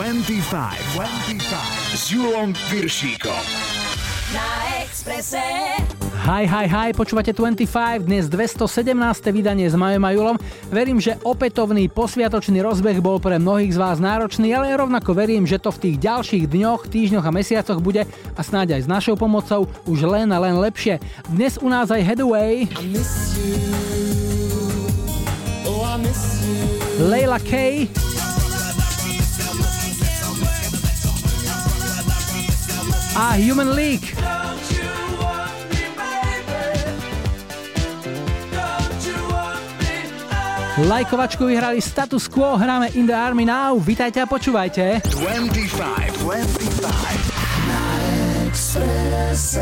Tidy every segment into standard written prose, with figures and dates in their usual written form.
25 s Julom Piršíkom na Expresse. Hi, počúvate 25, dnes 217. vydanie s Majom a Julom. Verím, že opätovný posviatočný rozbeh bol pre mnohých z vás náročný, ale rovnako verím, že to v tých ďalších dňoch, týždňoch a mesiacoch bude a snáď aj s našou pomocou už len a len lepšie. Dnes u nás aj Hathaway, Layla K, a Human League. Lajkovačku vyhrali Status Quo, hráme In the Army Now. Vítajte a počúvajte 25 na Expresse.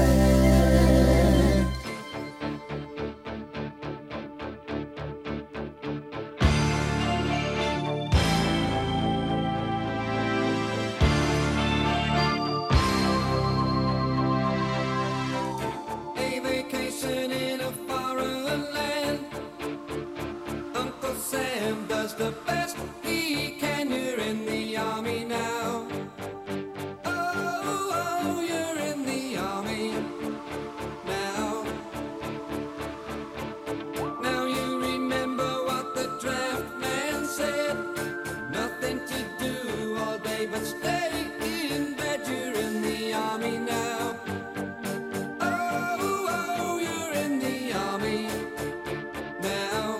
The best he can, you're in the army now. Oh, you're in the army now. Now you remember what the draft man said. Nothing to do all day but stay in bed. You're in the army now. Oh, you're in the army now.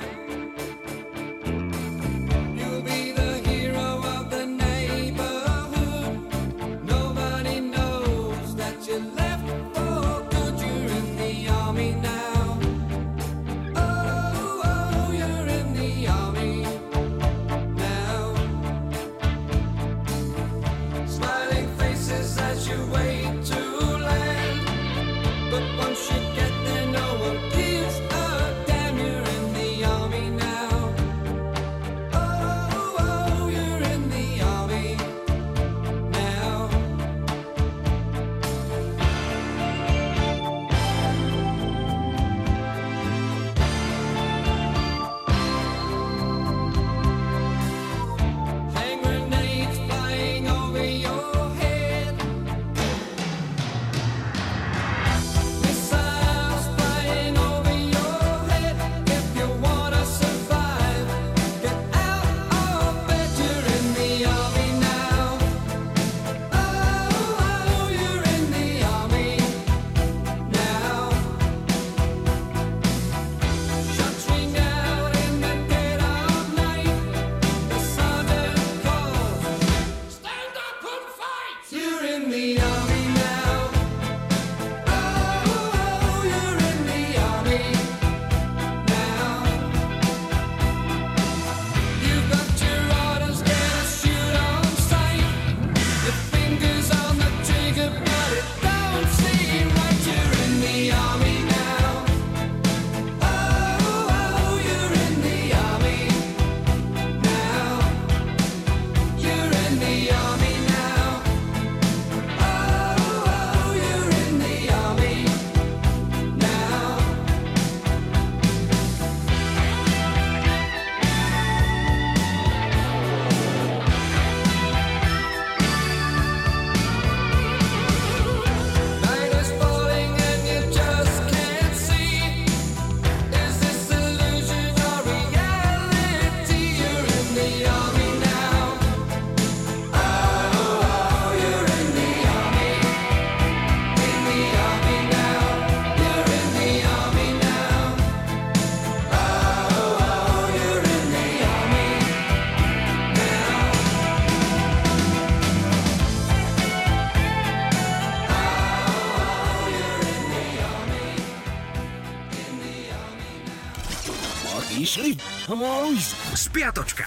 Spiatočka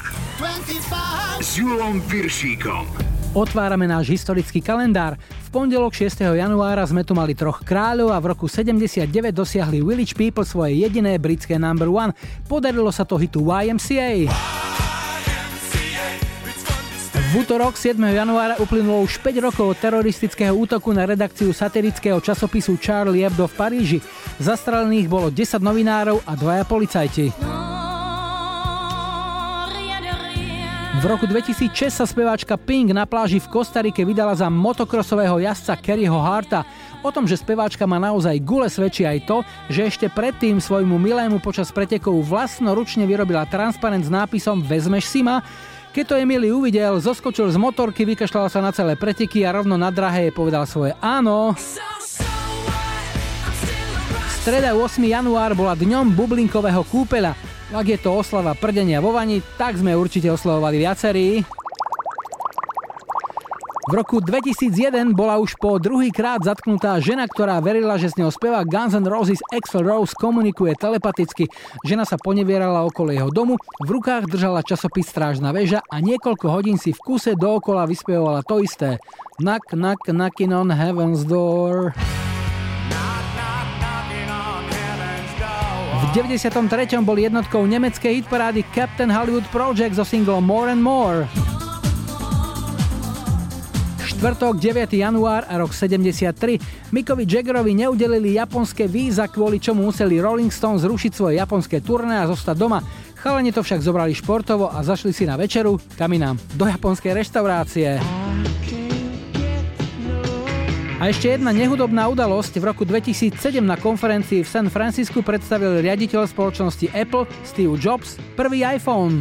25 s Julom Piršíkom. Otvárame náš historický kalendár. V pondelok 6. januára sme tu mali troch kráľov a v roku 79 dosiahli Village People svoje jediné britské number one. Podarilo sa to hitu YMCA. V útorok 7. januára uplynulo už 5 rokov od teroristického útoku na redakciu satirického časopisu Charlie Hebdo v Paríži. Zastrelených bolo 10 novinárov a 2 policajti. V roku 2006 sa speváčka Pink na pláži v Kostarike vydala za motokrosového jazdca Kerryho Harta. O tom, že speváčka má naozaj gule, svedčí aj to, že ešte predtým svojmu milému počas pretekov vlastnoručne vyrobila transparent s nápisom Vezmeš si ma? Keď to Emily uvidel, zoskočil z motorky, vykašľal sa na celé preteky a rovno na drahe jej povedal svoje áno. Streda 8. január bola dňom bublinkového kúpeľa. Ak je to oslava prdenia vo vani, tak sme určite oslavovali viacerí. V roku 2001 bola už po druhýkrát zatknutá žena, ktorá verila, že s ňou spevák Guns N' Roses Axl Rose komunikuje telepaticky. Žena sa ponevierala okolo jeho domu, v rukách držala časopis Strážna väža a niekoľko hodín si v kuse dookola vyspievala to isté. Knock, knock, knocking on heaven's door. V 93. bol jednotkou nemeckej hitparády Captain Hollywood Project so singlom More and More. Štvrtok, 9. január a rok 73. Mickovi Jaggerovi neudelili japonské víza, kvôli čomu museli Rolling Stones zrušiť svoje japonské turné a zostať doma. Chalani to však zobrali športovo a zašli si na večeru, kam inám, do japonskej reštaurácie. A ešte jedna nehudobná udalosť. V roku 2007 na konferencii v San Francisku predstavil riaditeľ spoločnosti Apple Steve Jobs prvý iPhone.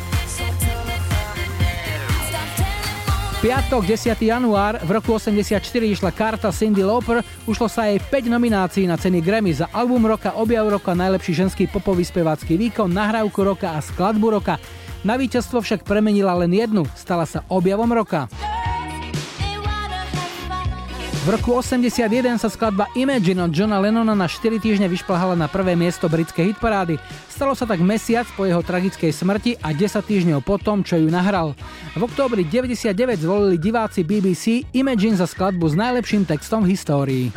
Piatok, 10. január, v roku 84 išla karta Cyndi Lauper, ušlo sa jej 5 nominácií na ceny Grammy za album roka, objav roka, najlepší ženský popový spevácky výkon, nahrávku roka a skladbu roka. Na víťazstvo však premenila len jednu, stala sa objavom roka. V roku 81 sa skladba Imagine od Johna Lennona na 4 týždne vyšplhala na prvé miesto britskej hitparády. Stalo sa tak mesiac po jeho tragickej smrti a 10 týždňov po tom, čo ju nahral. V októbri 99 zvolili diváci BBC Imagine za skladbu s najlepším textom v histórii.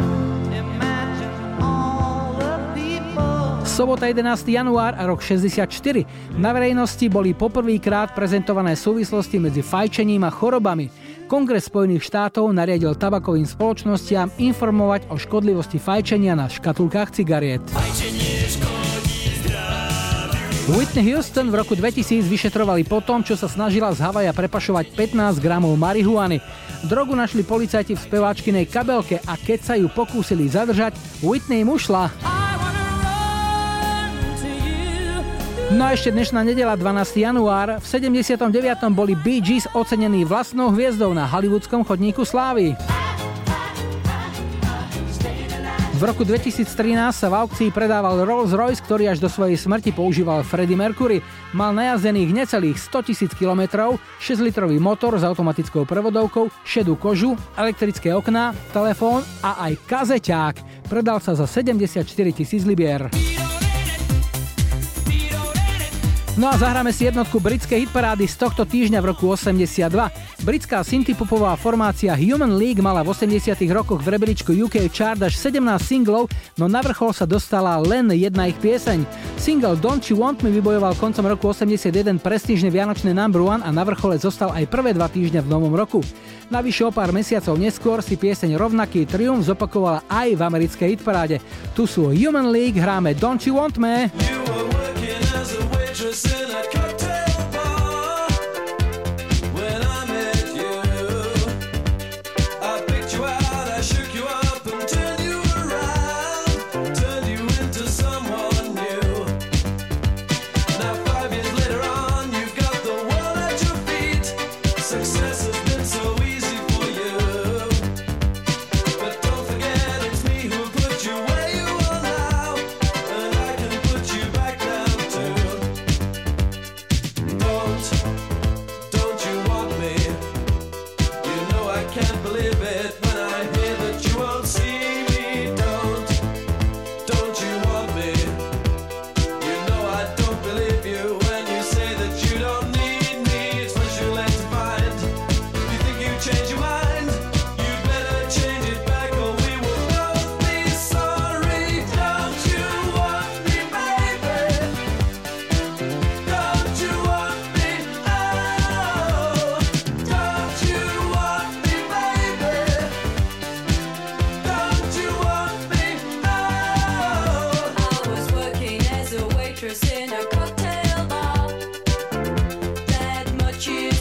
Sobota 11. január a rok 64. Na verejnosti boli poprvýkrát prezentované súvislosti medzi fajčením a chorobami. Kongres Spojených štátov nariadil tabakovým spoločnostiam informovať o škodlivosti fajčenia na škatulkách cigariet. Whitney Houston v roku 2000 vyšetrovali po tom, čo sa snažila z Havaja prepašovať 15 gramov marihuany. Drogu našli policajti v speváčkinej kabelke a keď sa ju pokúsili zadržať, Whitney im ušla. No a ešte dnešná nedeľa, 12. január, v 79. boli Bee Gees ocenení vlastnou hviezdou na hollywoodskom chodníku slávy. V roku 2013 sa v aukcii predával Rolls-Royce, ktorý až do svojej smrti používal Freddie Mercury. Mal najazdených necelých 100 000 km, 6-litrový motor s automatickou prevodovkou, šedú kožu, elektrické okná, telefón a aj kazeťák. Predal sa za 74 000 libier. No a zahráme si jednotku britskej hitparády z tohto týždňa v roku 82. Britská synthpopová formácia Human League mala v 80. rokoch v rebríčku UK chart až 17 singlov, no na vrchol sa dostala len jedna ich pieseň. Single Don't You Want Me vybojoval koncom roku 81 prestížne vianočné number one a na vrchole zostal aj prvé 2 týždne v novom roku. Navyše o pár mesiacov neskôr si pieseň rovnaký triumf zopakovala aj v americkej hitparáde. Tu sú Human League, hráme Don't You Want Me. Just in a cocktail bar when I met you. I picked you out, I shook you up and turned you around, turned you into someone new. Now 5 years later on, you've got the world at your feet. Success has been so easy for you, but don't forget it's me who put you where you are now, and I can put you back down too. Don't you want me? You know I can't believe it when I hear that you won't see me. Don't you want me? You know I don't believe you when you say that you don't need me. It's what you like to find. You think you change your mind? You'd better change it back or we will both be sorry. Don't you want me, baby? Don't you want me? Oh, don't you want me, baby? Don't you want me? Oh. I was working as a waitress in a cocktail bar. That much is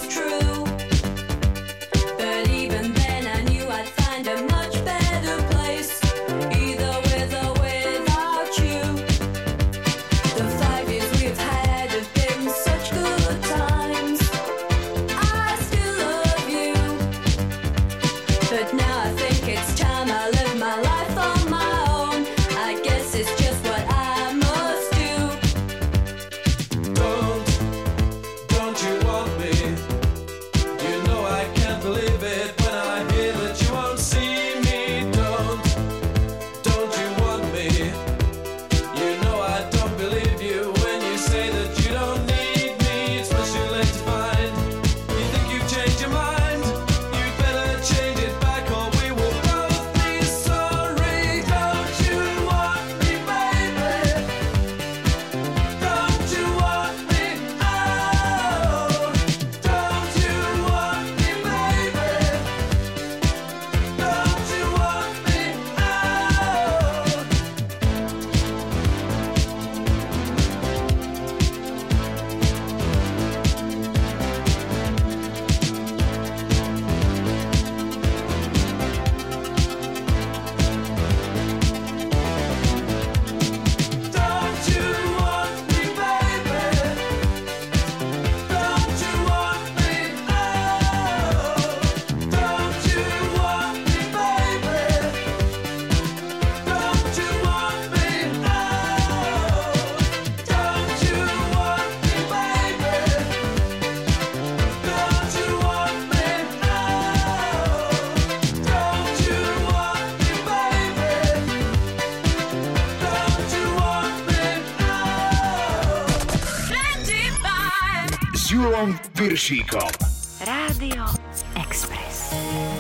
s Julom Piršíkom. Rádio Express.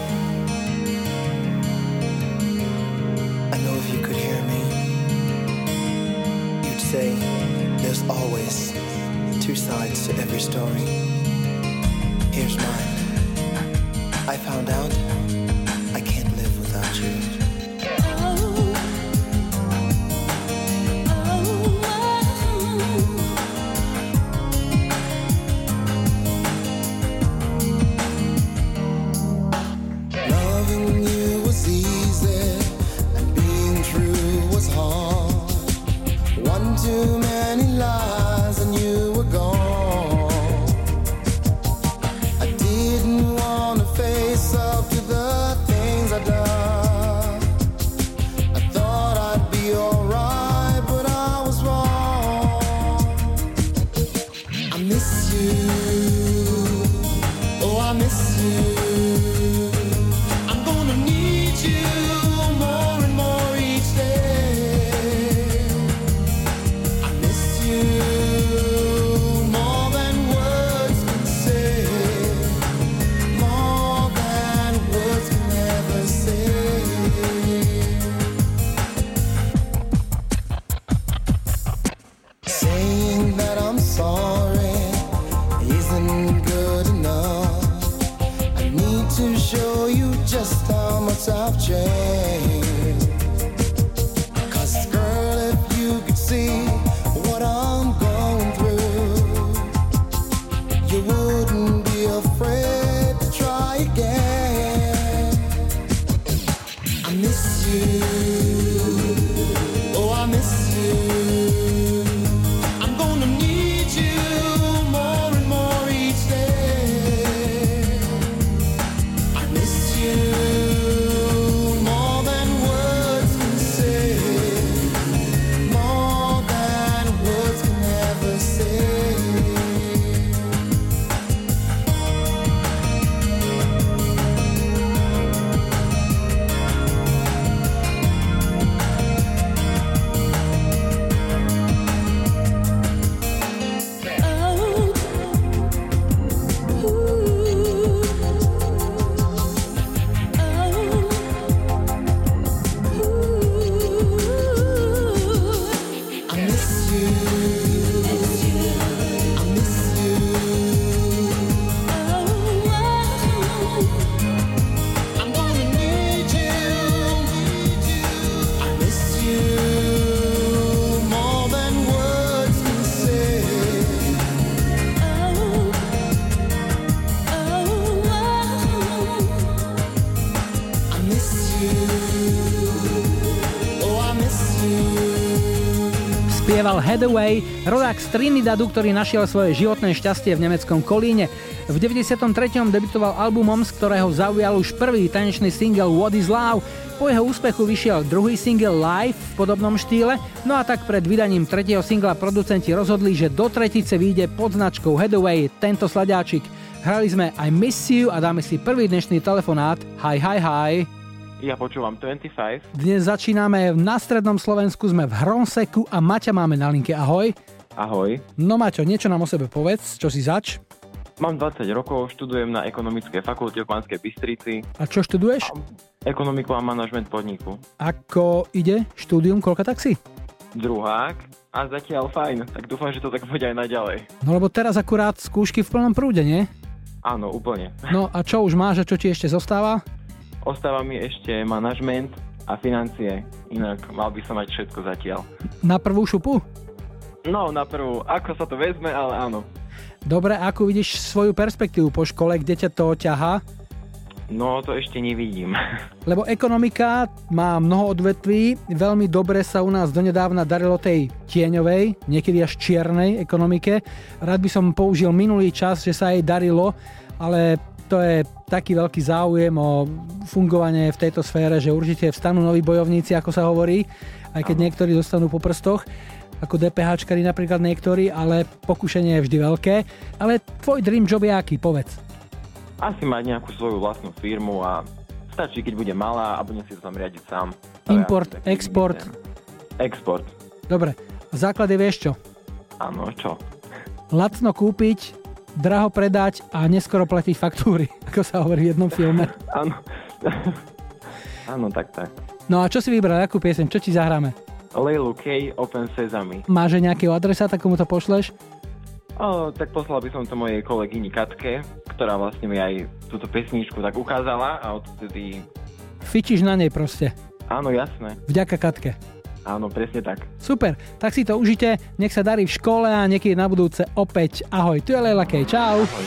I know if you could hear me, you'd say there's always two sides to every story. Here's mine. I found out I can't live without you. Loving you was easy and being true was hard. One too many lies and you were gone. I didn't want to face up to the things I'd done. I thought I'd be alright, but I was wrong. I miss you. Oh, I miss you. I'm gonna need you more and more each day. I miss you more than words can say, more than words can ever say. Saying that I'm sorry isn't good enough. I need to show you just how much I've changed. 'Cause girl, if you could see what I'm going through, you wouldn't be afraid to try again. I miss you. Oh, I miss you. I'm gonna need you more and more each day. I miss you more than words can say, more than words can ever say. I miss you. I miss you. I'm gonna need you. I miss you more than words can say. I miss you. Oh, I miss you. Spieval Hathaway, rodák z Trinidadu, ktorý našiel svoje životné šťastie v nemeckom Kolíne. V 93. debutoval albumom, z ktorého zaujal už prvý tanečný single What is Love. Po jeho úspechu vyšiel druhý single Live v podobnom štýle, no a tak pred vydaním tretieho singla producenti rozhodli, že do tretice vyjde pod značkou Hathaway tento sladáčik. Hrali sme I Miss You a dáme si prvý dnešný telefonát. Hi. Ja počúvam 25. Dnes začíname na strednom Slovensku, sme v Hronseku a Maťa máme na linke. Ahoj. Ahoj. No Maťo, niečo nám o sebe povedz, čo si zač? Mám 20 rokov, študujem na ekonomickej fakulte v Banskej Bystrici. A čo študuješ? Ekonomiku a manažment podniku. Ako ide štúdium, koľka tak si? Druhák a zatiaľ fajn, tak dúfam, že to tak bude aj naďalej. No lebo teraz akurát skúšky v plnom prúde, nie? Áno, úplne. No a čo už máš a čo ti ešte zostáva? Ostáva mi ešte manažment a financie, inak mal by som mať všetko zatiaľ. Na prvú šupu? No, na prvú, ako sa to vezme, ale áno. Dobre, ako vidíš svoju perspektívu po škole, kde ťa to ťahá? No, to ešte nevidím. Lebo ekonomika má mnoho odvetví, veľmi dobre sa u nás donedávna darilo tej tieňovej, niekedy až čiernej ekonomike. Rád by som použil minulý čas, že sa jej darilo, ale to je taký veľký záujem o fungovanie v tejto sfére, že určite vstanú noví bojovníci, ako sa hovorí, aj keď niektorí zostanú po prstoch, ako DPHčkari napríklad niektorí, ale pokušenie je vždy veľké. Ale tvoj dream job je aký, povedz? Asi mať nejakú svoju vlastnú firmu a stačí, keď bude malá a budem si to tam riadiť sám. Import, export? Export. Dobre, základy vieš čo? Áno, čo? Lacno kúpiť, draho predať a neskoro platiť faktúry, ako sa hovorí v jednom filme. Áno. Áno, tak. No a čo si vybral, akú pieseň, čo ti zahráme? Laylu K, Open Sesame. Máš nejakého adresáta, komu to pošleš? Tak poslal by som to mojej kolegyni Katke, ktorá vlastne mi aj túto pesničku tak ukázala a odtedy... Fičíš na nej proste. Áno, jasné. Vďaka Katke. Áno, presne tak. Super, tak si to užite, nech sa darí v škole a niekedy na budúce opäť. Ahoj, tu je Layla K, čau. Ahoj.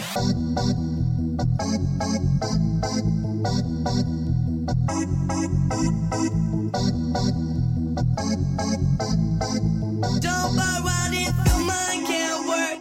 Don't buy what if your mind can't work.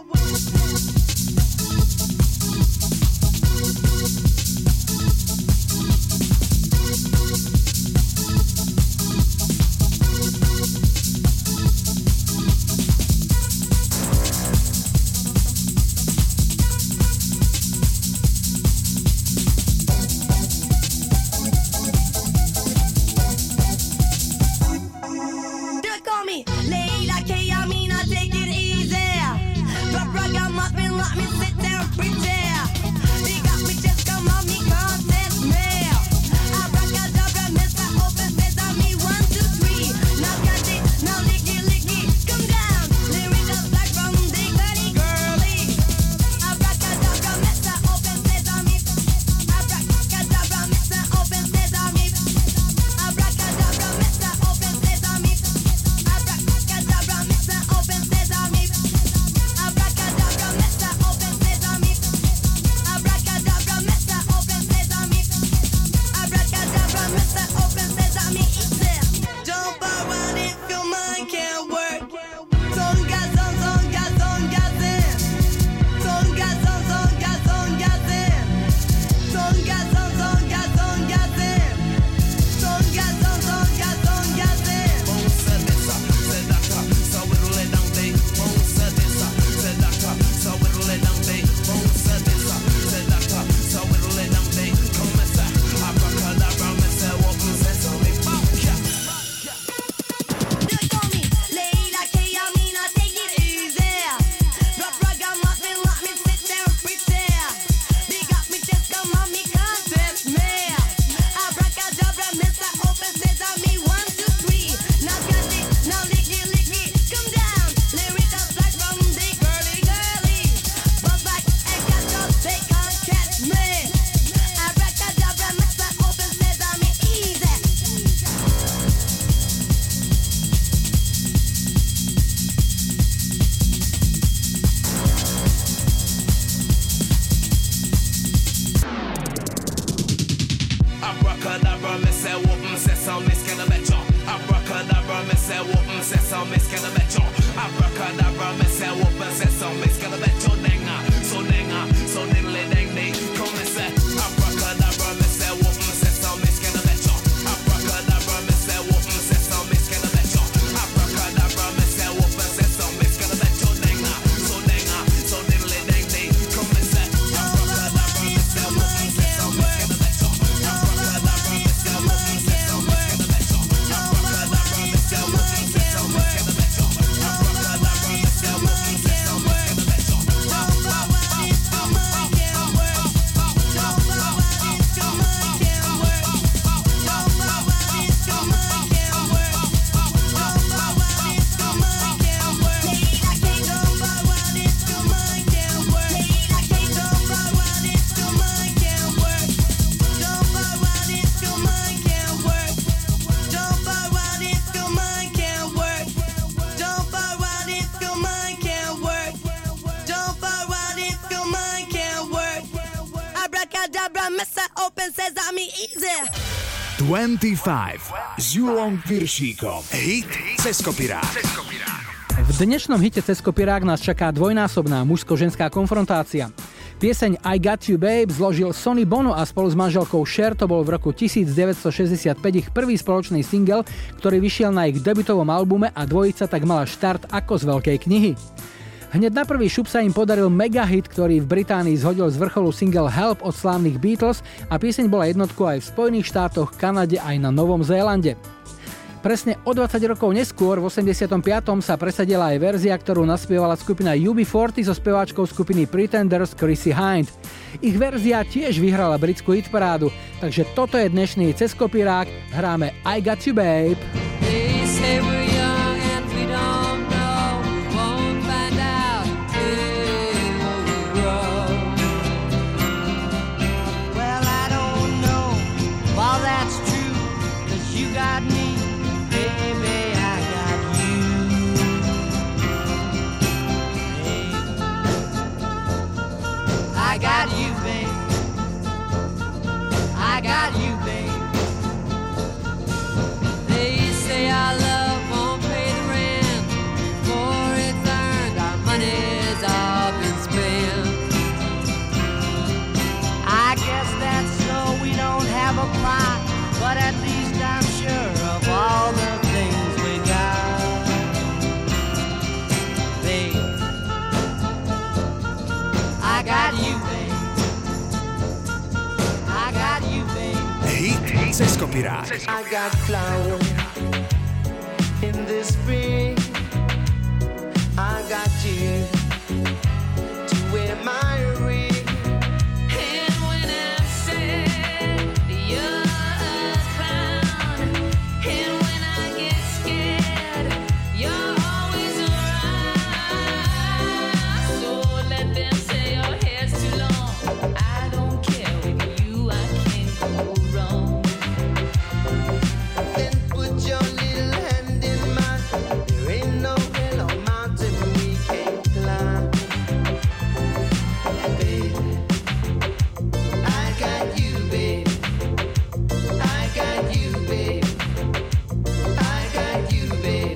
Mesa Open Sesame Easy. 25 s Julom Piršíkom. Hit cez kopirák. V dnešnom hite cez kopirák nás čaká dvojnásobná mužsko-ženská konfrontácia. Pieseň I Got You Babe zložil Sonny Bono a spolu s manželkou Cher to bol v roku 1965 ich prvý spoločný single, ktorý vyšiel na ich debutovom albume a dvojica tak mala štart ako z veľkej knihy. Hneď na prvý šup sa im podaril megahit, ktorý v Británii zhodil z vrcholu single Help od slávnych Beatles a pieseň bola jednotkou aj v Spojených štátoch, Kanade aj na Novom Zélande. Presne o 20 rokov neskôr, v 85. sa presadila aj verzia, ktorú naspievala skupina UB40 so speváčkou skupiny Pretenders Chrissy Hind. Ich verzia tiež vyhrala britskú hitparádu, takže toto je dnešný Cez kopírák, hráme I Got You Babe. They say we're young and we don't know. Won't find out till we grow. Well, I don't know if all that's true, 'cause you got me, baby, I got you. Hey. I got you, babe. I got you, babe. They say our love won't pay the rent, for it's earned, our money's all been spent. I guess that's so we don't have a plot, but at least I'm sure of all the things we got. Babe, I got you, babe. I got you, babe. Hit Cez kopírák. I got flowers in the spring. I got you to wear my ring. And when I'm sad, you're a clown. And when I get scared, you're always around. So let them say your hair's too long. I don't care, with you I can't go wrong. Then put your little hand in mine. There ain't no hill or mountain we can't climb. And baby, I got you, babe. I got you, babe. I got you, babe.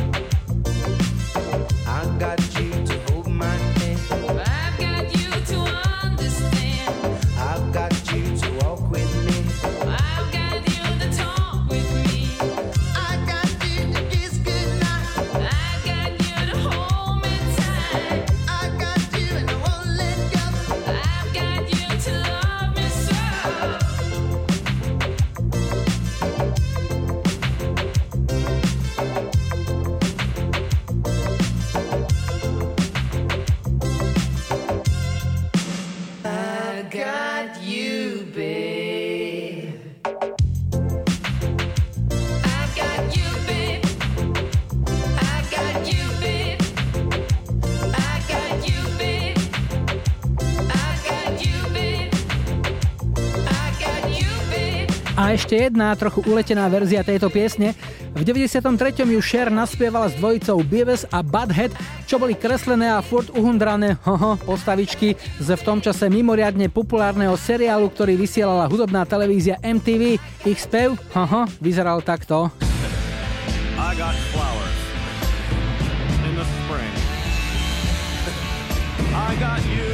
I got you to hold my hand. I've got you to understand. I've got you to walk with me. I've got you to talk with me. I got you to kiss goodnight. I've got you to hold me tight. I got you and I won't let go. I've got you to love me so. I got you, babe. I got you, babe. I got you, babe. I got you, babe. I got you, babe. I got you, babe. A ešte jedna trochu uletená verzia tejto piesne. V 93. ju Cher naspievala s dvojicou Beavis a Butthead, čo boli kreslené a furt uhundrané postavičky z v tom čase mimoriadne populárneho seriálu, ktorý vysielala hudobná televízia MTV. Ich spev vyzeral takto. I got flowers in the spring. I got you.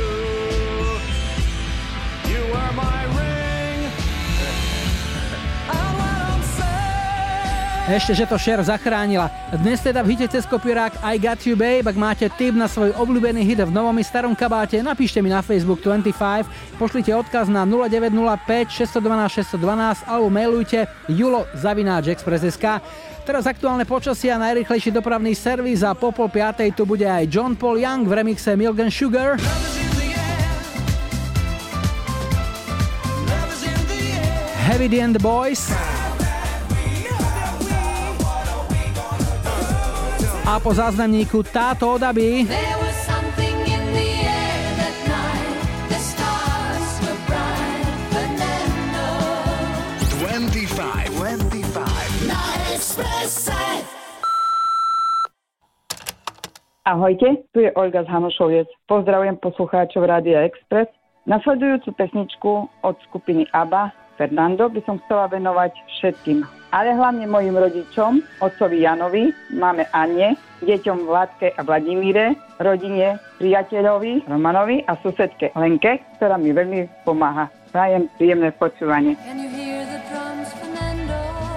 You were my ring. And when I'm sad, Ešte, že to Cher zachránila. Dnes teda v hite Cez kopírák I Got You Babe. Ak máte tip na svoj obľúbený hit v novom i starom kabáte, napíšte mi na Facebook 25, pošlite odkaz na 0905 612 612 alebo mailujte julo@express.sk. Teraz aktuálne počasie a najrýchlejší dopravný servis a po 4:30 tu bude aj John Paul Young v remixe Milk and Sugar. Heavy D and the Boys. A po záznamníku táto od Abby. There was something in the air that night. The stars were bright, Fernando. 25 Na Expresse. Ahojte, tu je Olga z Hanušoviec. Pozdravujem poslucháčov Rádia Express. Nasledujúcu pesničku od skupiny ABBA Fernando by som chcela venovať všetkým, ale hlavne mojim rodičom, otcovi Janovi, mame Anne, deťom Vládke a Vladimíre, rodine, priateľovi Romanovi a susedke Lenke, ktorá mi veľmi pomáha. Prajem príjemné počúvanie. Can you hear the drums, Fernando?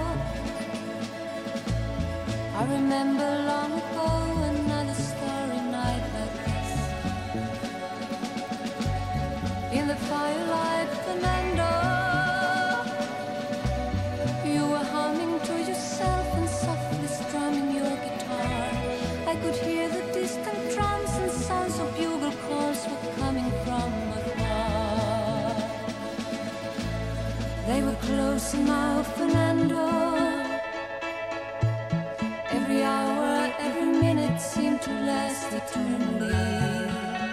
I remember long ago another starry night like this. In the firelight, Fernando, you were humming to yourself and They were close now, Fernando. Every hour, every minute seemed to last eternally.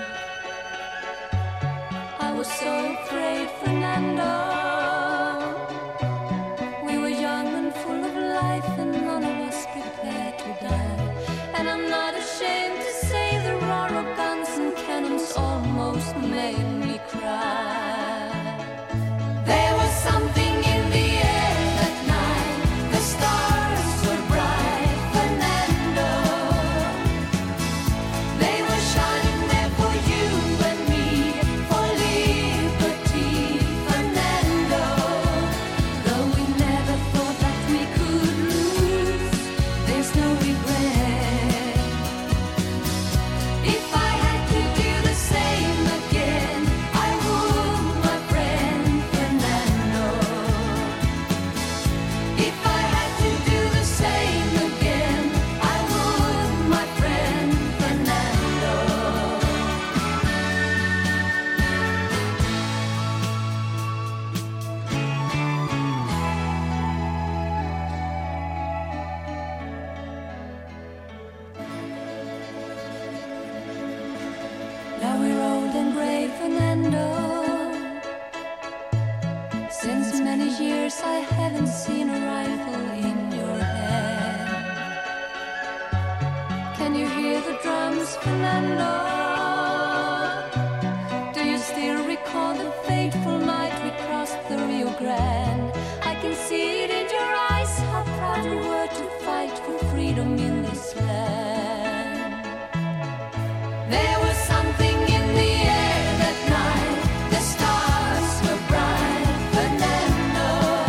I was so afraid, Fernando. We were young and full of life, and none of us prepared to die. And I'm not ashamed to say the roar of guns and cannons almost made me cry. There was something in the air that night. The stars were bright, Fernando. They were shining there for you and me, for liberty, Fernando. Though we never thought that we could lose, there's no regret. If I had to do the same again, I would, my friend Fernando. If I had to do the same again, I would, my friend Fernando. Now we're old and gray, Fernando. Since many years I haven't seen a rifle in your hand. Can you hear the drums, Fernando? Do you still recall the fateful night we crossed the Rio Grande? I can see it in your eyes, how proud you were to fight for freedom in this land. There was something in the air that night. The stars were bright, Fernando.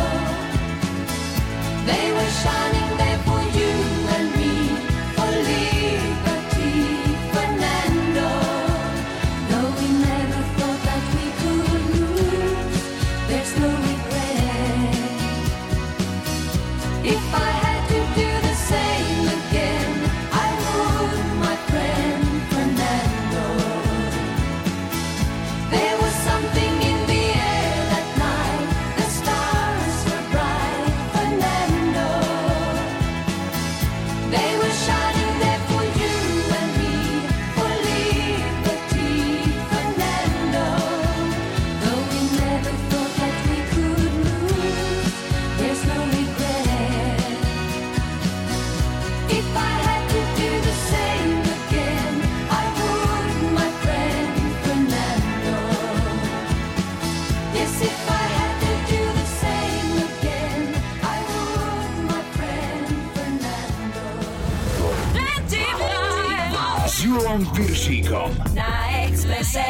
They were shining there for you and me, for liberty, Fernando. Though we never thought that we could lose, there's no regret. If I had to do the same again, I would, my friend Fernando. There was something in the air that night. The stars were bright, Fernando. They were shining there for you and me, for liberty, Fernando. Though we never thought that we could lose, there's no regret. If I had to do the same again, I would, my friend Fernando. Yes, if I had to do the same again, I would, my friend Fernando. S Julom Piršíkom. Na Expresse.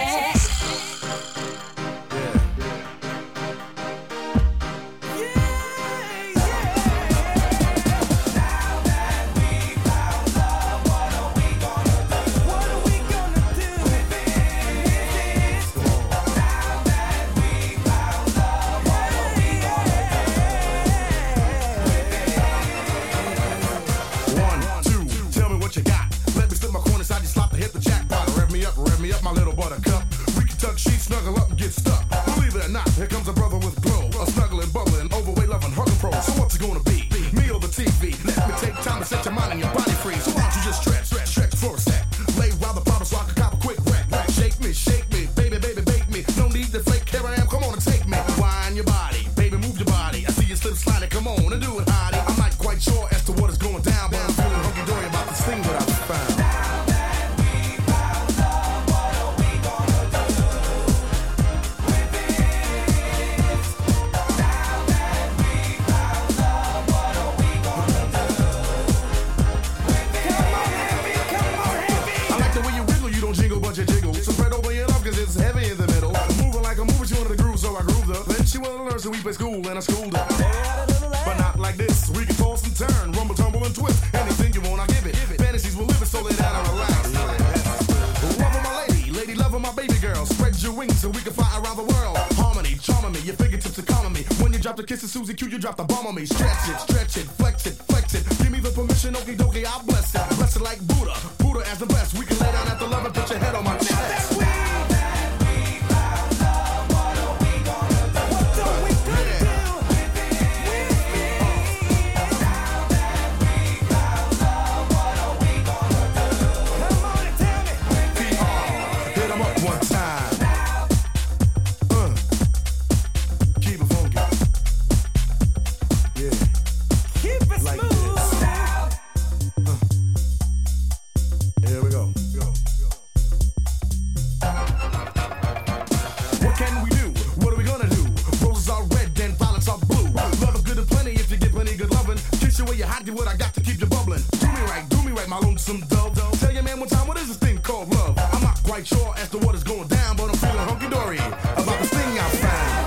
One, two, tell me what you got. Let me slip my corner side, you slop to hit the jackpot. Rev me up, my little buttercup. We can tuck sheets, snuggle up and get stuck. Believe it or not, here comes a brother with glow. A snuggling, bubbling, overweight, loving, hugging pro. So what's it gonna be? Me or the TV? Let me take time to set your mind and your body free. So why don't you just stretch for a sec. Lay while the problem so I can cop a quick wreck. Shake me, baby, bake me. No need to fake, here I am, come on and take me. Wind your body, baby, move your body. I see you slip sliding, come on and do it, hottie. I'm not quite sure as to what is going down, but I'm feeling hunky-dory about this thing that I just found. I like the way you wiggle, you don't jingle, but you jiggle. So spread over your love, cause it's heavy in the middle. Moving like a mover, she wanted to groove, so I grooved her. Then she wanted to learn, so we play school, and I schooled her. But not like this, we can toss and turn, rumble, tumble, and twist. Anything you want, I give it. Fantasies will live it, so lay down and relax. Love of my lady, love of my baby girl. Spread your wings so we can fly around the world. Harmony, charming me, your fingertips are calming me. When you drop the kisses, Susie Q, you drop the bomb on me. Stretch it, flex it. Give me the permission, okie dokie, I'll bless it. Bless it like Buddha as the best. We can lay down after love and put your head on my chest. Yeah. some dough. Tell your man one time, what is this thing called love? I'm not quite sure as to what is going down, but I'm feeling hunky-dory about this thing I found.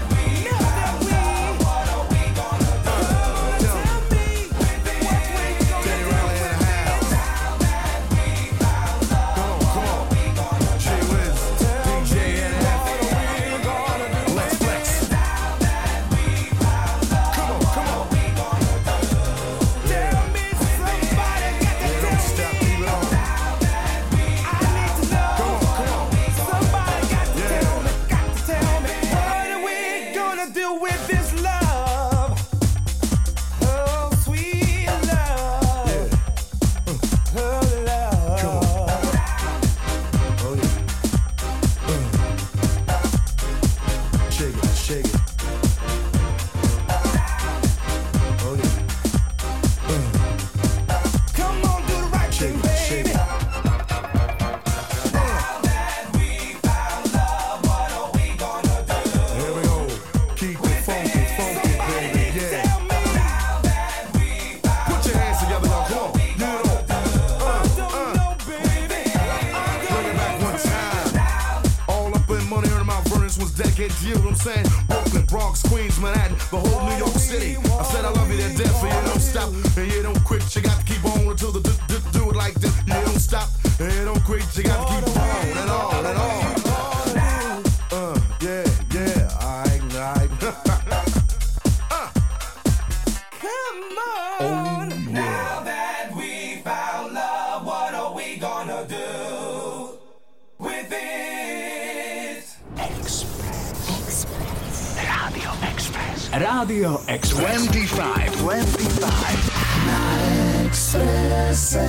Radio Express 25 na Expresse.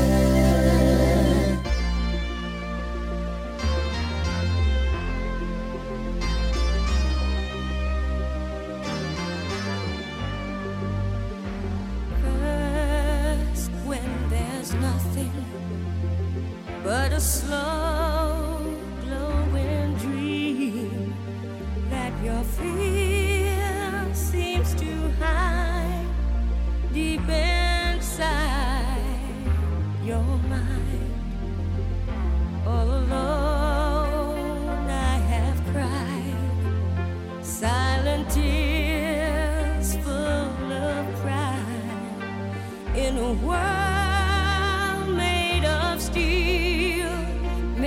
First, when there's nothing but a slow glowing dream that your fear seems to hide deep inside your mind. All alone I have cried silent tears full of pride in a world made of steel,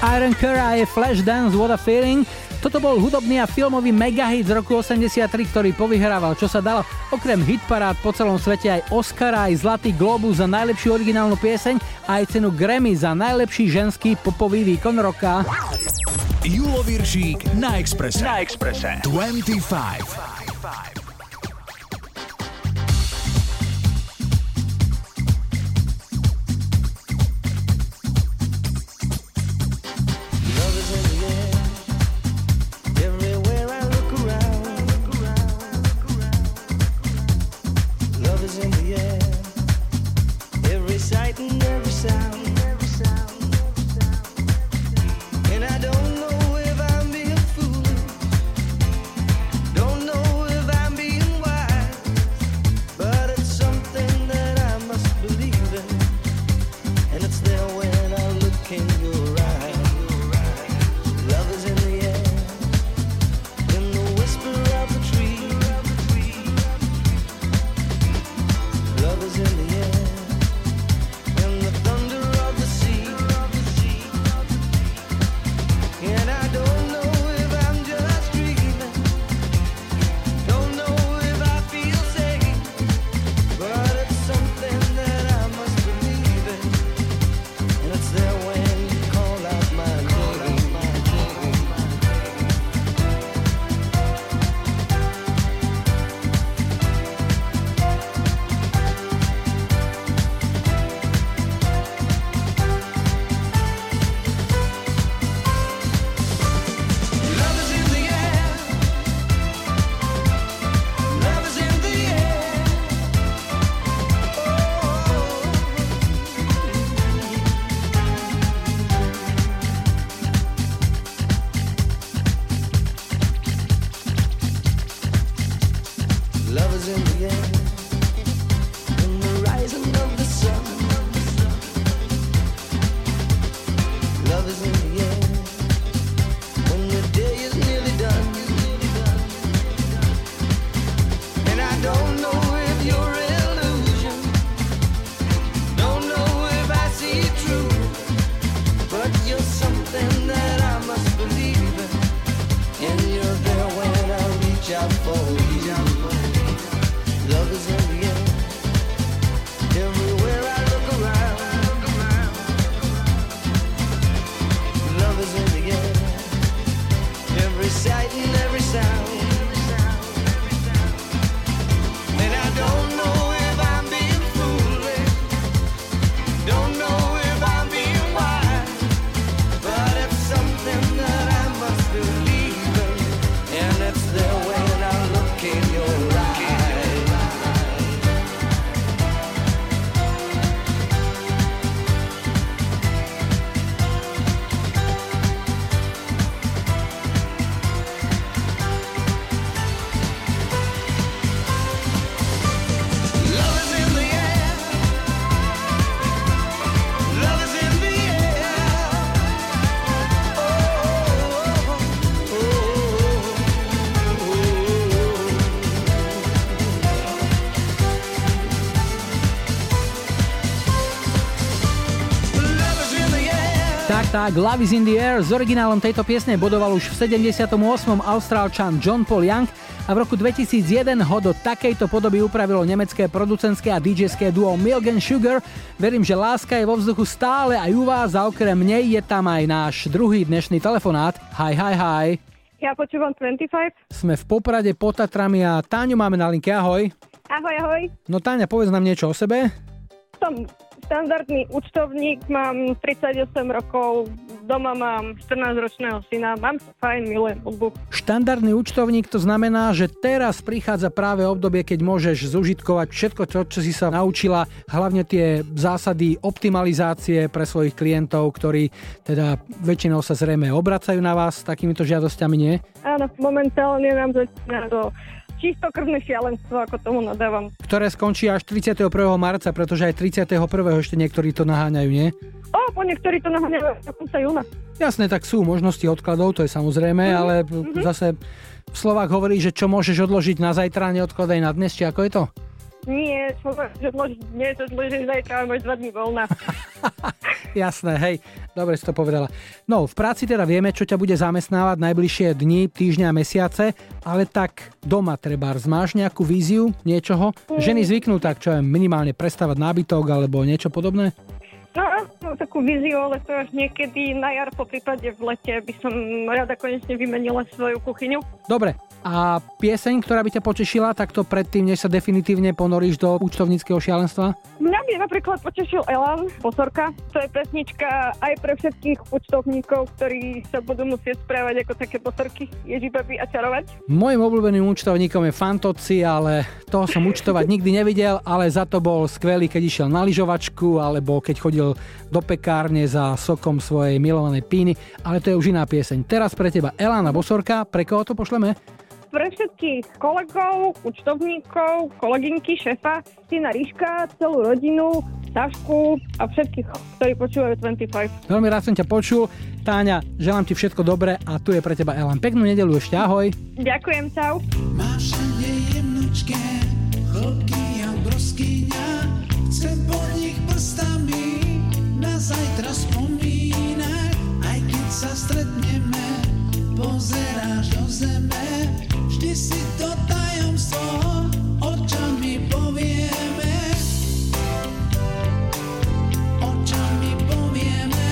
Iron Curry je Flashdance, What a Feeling. Toto bol hudobný a filmový megahit z roku 83, ktorý povyhrával, čo sa dalo. Okrem hitparád po celom svete aj Oscara, aj Zlatý globus za najlepšiu originálnu pieseň a aj cenu Grammy za najlepší ženský popový výkon roka. Julo Viršík na Expresse. 25. Tak, Love is in the Air s originálom tejto piesne bodoval už v 78. Austrálčan John Paul Young a v roku 2001 ho do takejto podoby upravilo nemecké producentské a DJ-ské duo Milk and Sugar. Verím, že láska je vo vzduchu stále aj u vás a okrem nej je tam aj náš druhý dnešný telefonát. Hi. Ja počúvam 25. Sme v Poprade pod Tatrami a Táňu máme na linke. Ahoj. Ahoj. No Táňa, povedz nám niečo o sebe. Som štandardný účtovník, mám 38 rokov, doma mám 14-ročného syna, mám sa fajn, milujem hudbu. Štandardný účtovník to znamená, že teraz prichádza práve obdobie, keď môžeš zužitkovať všetko to, čo si sa naučila, hlavne tie zásady optimalizácie pre svojich klientov, ktorí teda väčšinou sa zrejme obracajú na vás s takýmito žiadosťami, nie? Áno, momentálne nám začína to čistokrvné šialenstvo, ako tomu nadávam. Ktoré skončí až 31. marca, pretože aj 31. ešte niektorí to naháňajú, nie? Po niektorí to naháňajú do konca júna. Jasné, tak sú možnosti odkladov, to je samozrejme, ale zase Slovák hovorí, že čo môžeš odložiť na zajtra, neodkladaj na dnes, či ako je to? Nie, čo môžeš odložiť dnes, odložiť zajtra, máš 2 dní voľna. Jasné, hej, dobre si to povedala. No, v práci teda vieme, čo ťa bude zamestnávať najbližšie dni, týždňa a mesiace, ale tak doma trebárs, máš nejakú víziu niečoho? Ženy zvyknú tak, čo je minimálne prestavať nábytok alebo niečo podobné? No, mám takú víziu, ale to až niekedy na jar, po prípade v lete by som rada konečne vymenila svoju kuchyňu. Dobre, a pieseň, ktorá by ťa potešila takto predtým, než sa definitívne ponoríš do účtovníckeho šialenstva? Mňa by napríklad potešil Elan, Posorka. To je pesnička aj pre všetkých účtovníkov, ktorí sa budú musieť správať ako také posorky, ježibaby a čarovať. Mojím obľúbeným účtovníkom je Fantozzi, ale toho som účtovať nikdy nevidel, ale za to bol skvelý, keď išiel na lyžovačku alebo keď chodil do pekárne za sokom svojej milovanej píny, ale to je už iná pieseň. Teraz pre teba Elan a Bosorka, pre koho to pošleme? Pre všetkých kolegov, účtovníkov, kolegynky, šefa, syna Ríška, celú rodinu, Sašku a všetkých, ktorí počúvajú 25. Veľmi rád som ťa počul. Táňa, želám ti všetko dobré a tu je pre teba Elan. Peknú nedeľu ešte, ahoj. Ďakujem, čau. Máš všade jemnučké chlopky a broskyňa, chce po nich prstami na zajtra spomínať, aj keď sa stretneme, pozeráš do zeme, vždy si to tajomstvo očami povieme. Očami povieme.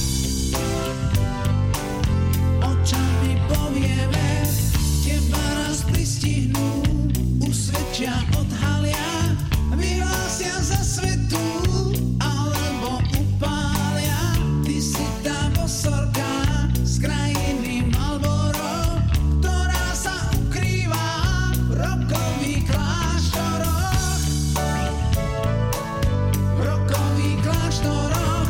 Očami povieme. Teba raz pristihnú, usvedčia, odhalia, vyhlásia za svetu, alebo upália. Ty si tá bosorka z krajiny Marlboro, ktorá sa ukrýva v rokových kláštoroch. V rokových kláštoroch.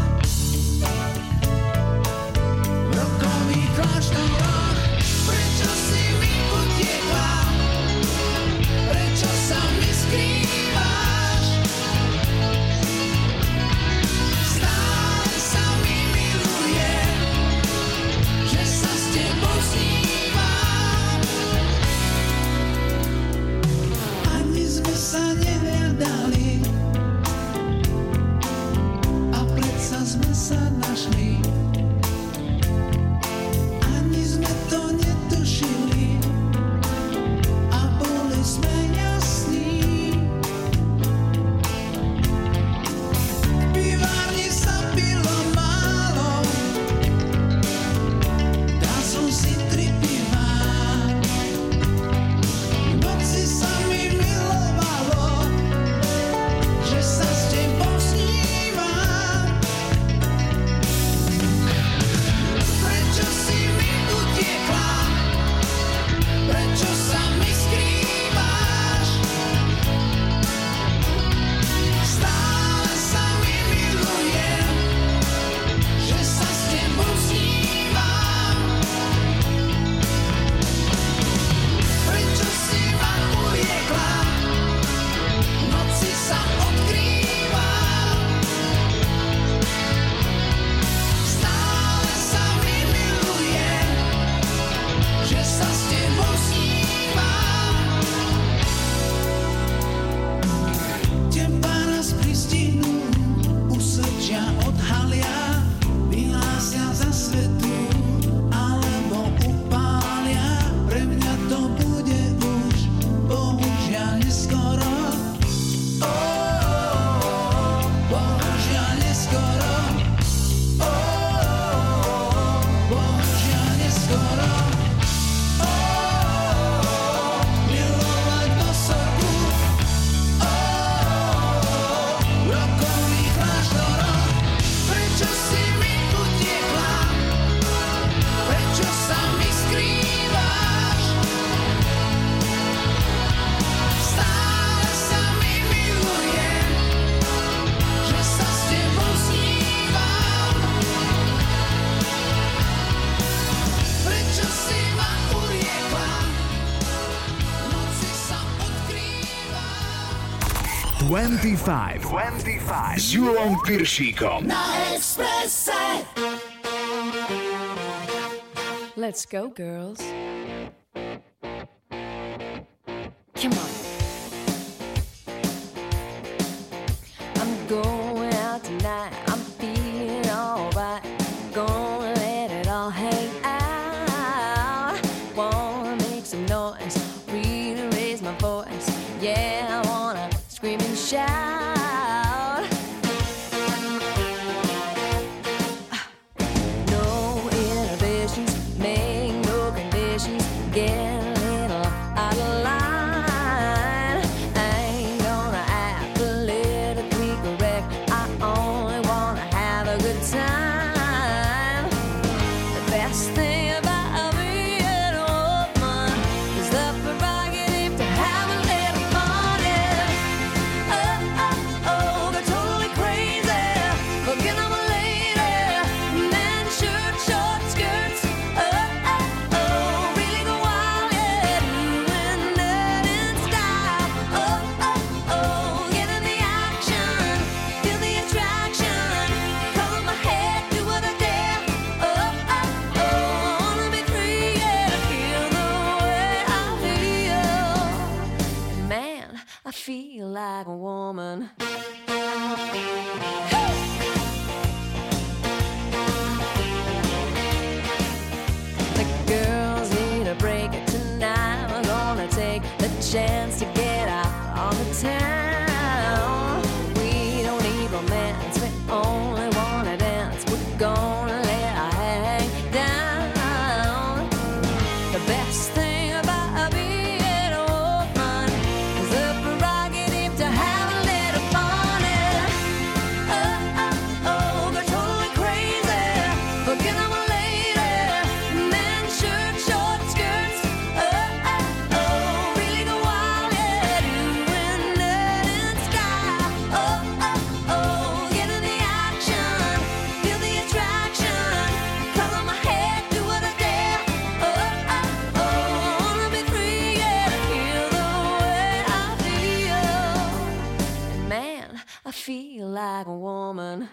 V rokových kláštoroch. Prečo si mi utiekla? Prečo sa mi skrývaš? Stále sa mi miluje, že sa s tebou snívam. Ani sme sa nehľadali a predsa sme sa našli. Ani sme to netušili a boli sme jasní. V pivárni sa pilo málo, dal som si 3 pivá. V noci sa mi milovalo, že sa s tebou snívam. Prečo si mi utiekla? Prečo sa mi skrývaš? Stále sa mi miluje, že sa s tebou snívam. Prečo si ma uriekla? V noci sa odkrývam. Stále sa mi miluje, že sa s tebou snívam. Teba raz pristihnú, usvedčia, odhalia, vyhlásia za svetu, alebo upália. Pre mňa to bude už bohužiaľ neskoro. Bohužiaľ neskoro. Bohužiaľ neskoro. Milovať bosorku v rokových kláštoroch. Prečo si mi utiekla? Prečo sa mi skrývaš? Stále sa mi miluje, že sa s tebou snívam. Prečo si ma uriekla? V noci sa odkrývam. 25 s Júlom Piršíkom. Na Expresse. Let's go, girls. Come on. I'm going out tonight. I'm feeling all No inhibitions, make no conditions, get a little out of line. I ain't gonna act politically correct, I only wanna have a good time. The best thing about being a woman is the prerogative to have a little fun. Oh, oh, oh, they're totally crazy, forget I'm a lady. Men, shirt, short skirts, oh, oh, oh, really go wild, yeah, doing that in style. Oh, oh, oh, get in the action, feel the attraction, color my head, do what I dare. Oh, oh, oh, I wanna be free, yeah, to feel the way I feel. Man, I feel like a woman. The girls need a break tonight. We're gonna take the chance to get out on the town. We don't need romance, we only wanna dance. We're gonna let our hang down. The best thing about being a woman is the prerogative to have a little fun. Oh, oh, oh, they're totally crazy, forget I'm a lady. Men, shirt, short skirts, oh, oh, oh, really go wild, yeah, doing that in style. Oh, oh, oh, get in the action, feel the attraction, color my head, do what I dare. Oh, oh, oh, I wanna be free, yeah, to feel the way I feel. Man, I feel like a woman.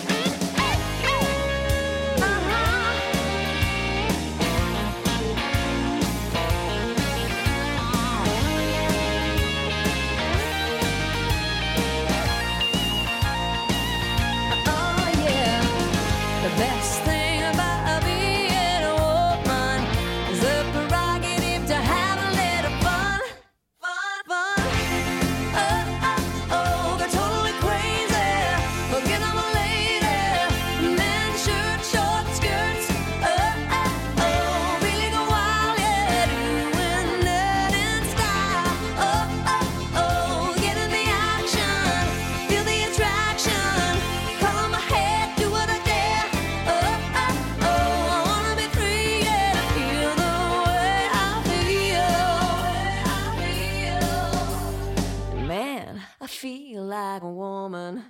Oh yeah, the best thing about being a woman is the prerogative to have a little fun, fun, fun. Oh, oh, oh, they're totally crazy, forget I'm a lady. Men, shirt, short skirts, oh, oh, oh, really go wild, yeah, doing that in style. Oh, oh, oh, get in the action, feel the attraction, color my head, do what I dare. Oh, oh, oh, I wanna be free, yeah, to feel the way I feel. Man, I feel like a woman.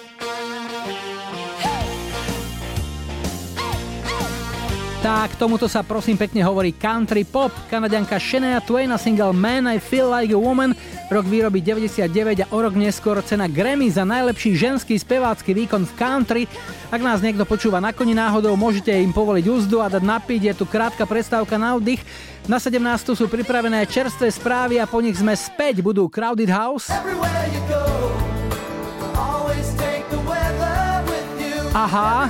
Tak, tomuto sa prosím pekne hovorí country pop. Kanaďanka Shania Twain a single Man I Feel Like a Woman, rok výroby 99 a o rok neskôr cena Grammy za najlepší ženský spevácky výkon v country. Ak nás niekto počúva na koni náhodou, môžete im povoliť úzdu a dať napiť, je tu krátka prestávka na oddych. Na 17. sú pripravené čerstvé správy a po nich sme späť, budú Crowded House. Aha.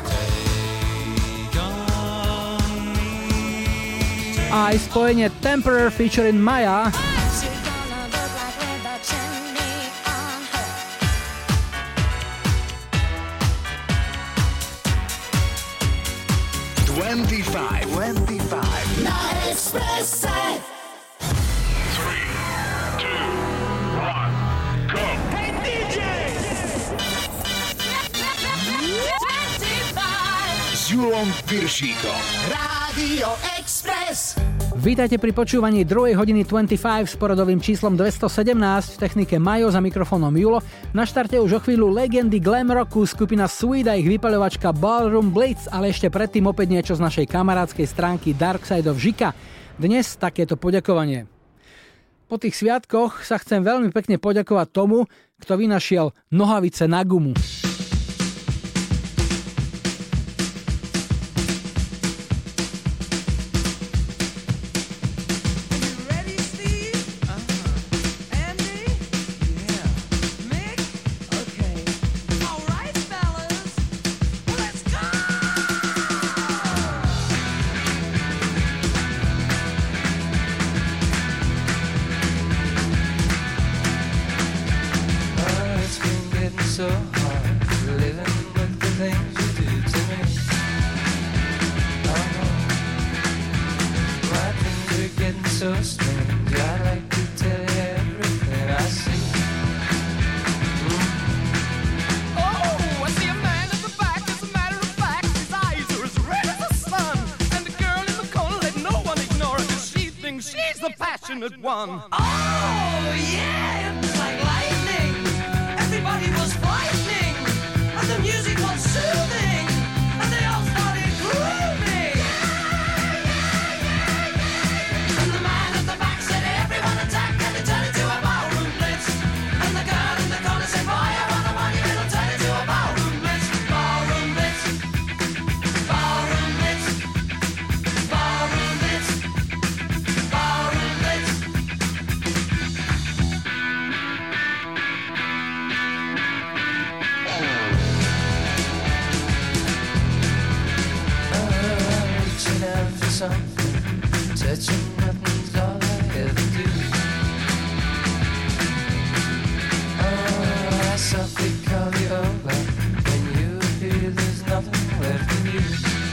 A aj spojenie Temporary featuring Maya. 25 na Expresse. 3, 2, 1, go. Hey DJ! 25 S Julom Piršíkom. Rádio Express. Vítajte pri počúvaní 2. hodiny 25 s poradovým číslom 217, v technike Majo, za mikrofónom Julo. Na štarte už o chvíľu legendy glam rocku, skupina Sweet a ich vypaľovačka Ballroom Blitz, ale ešte predtým opäť niečo z našej kamarádskej stránky Dark Side of Žika. Dnes takéto poďakovanie. Po tých sviatkoch sa chcem veľmi pekne poďakovať tomu, kto vynašiel nohavice na gumu. It's been so hard living with the things you do to me. Oh, my things are getting so strange. I'd like to tell you everything I see. Oh, I see a man at the back. As a matter of fact, his eyes are as red as the sun. And the girl in the corner, let no one ignore her, 'cause she thinks she's the passionate one. Oh, yeah, it was like lightning. Everybody was frightening, and the music was soothing, and they all started grooving. And the man at the back said, everyone attack, and it turned into a ballroom blitz. And the girl in the corner said, boy, I wanna want you, it'll turn into a ballroom blitz. Ballroom blitz. Ballroom blitz. Ballroom blitz. Ballroom blitz. Reaching out for something, touching nothing's all I ever do. Oh, I softly call you over, when you appear there's nothing left in you.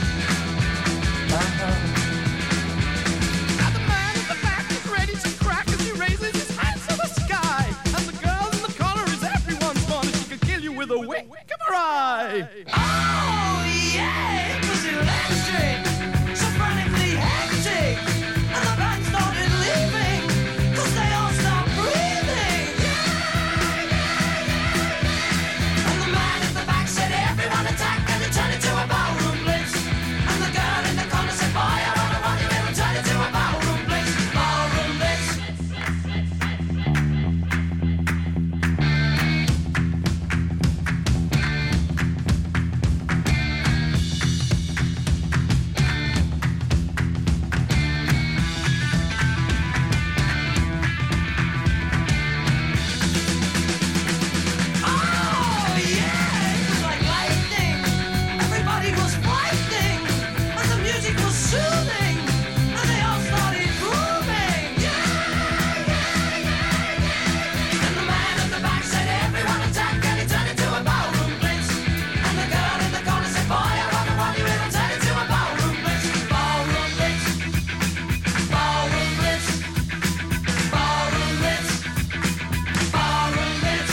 Now the man at the back is ready to crack as he raises his hands to the sky. And the girl in the corner is everyone's fun, and she could kill you with a wink of her eye. Oh, yeah, it was electric, so frantically hectic, and the band started leaving, 'cause they all stopped breathing. And the man at the back said, everyone attack, and it turned into a ballroom blitz. And the girl in the corner said, boy, I wanna want you, it'll turn into a ballroom blitz. Ballroom blitz. Oh, yeah, it was like lightning. Everybody was frightening, and the music was soothing, and they all started grooving. And the man at the back said, everyone attack, and it turned into a ballroom blitz. And the girl in the corner said, boy, I wanna want you, it'll turn into a ballroom blitz. Ballroom blitz. Ballroom blitz. Ballroom blitz. Ballroom blitz.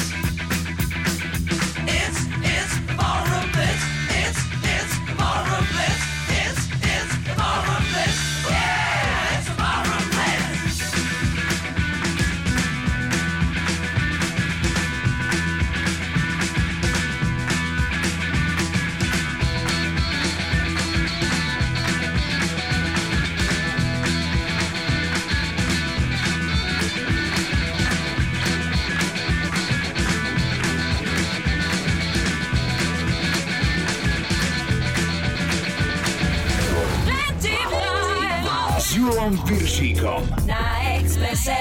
It's the ballroom blitz. It's the ballroom blitz. It's the ballroom blitz. Yeah, it's the ballroom blitz. S Julom Piršíkom. Na Expresse.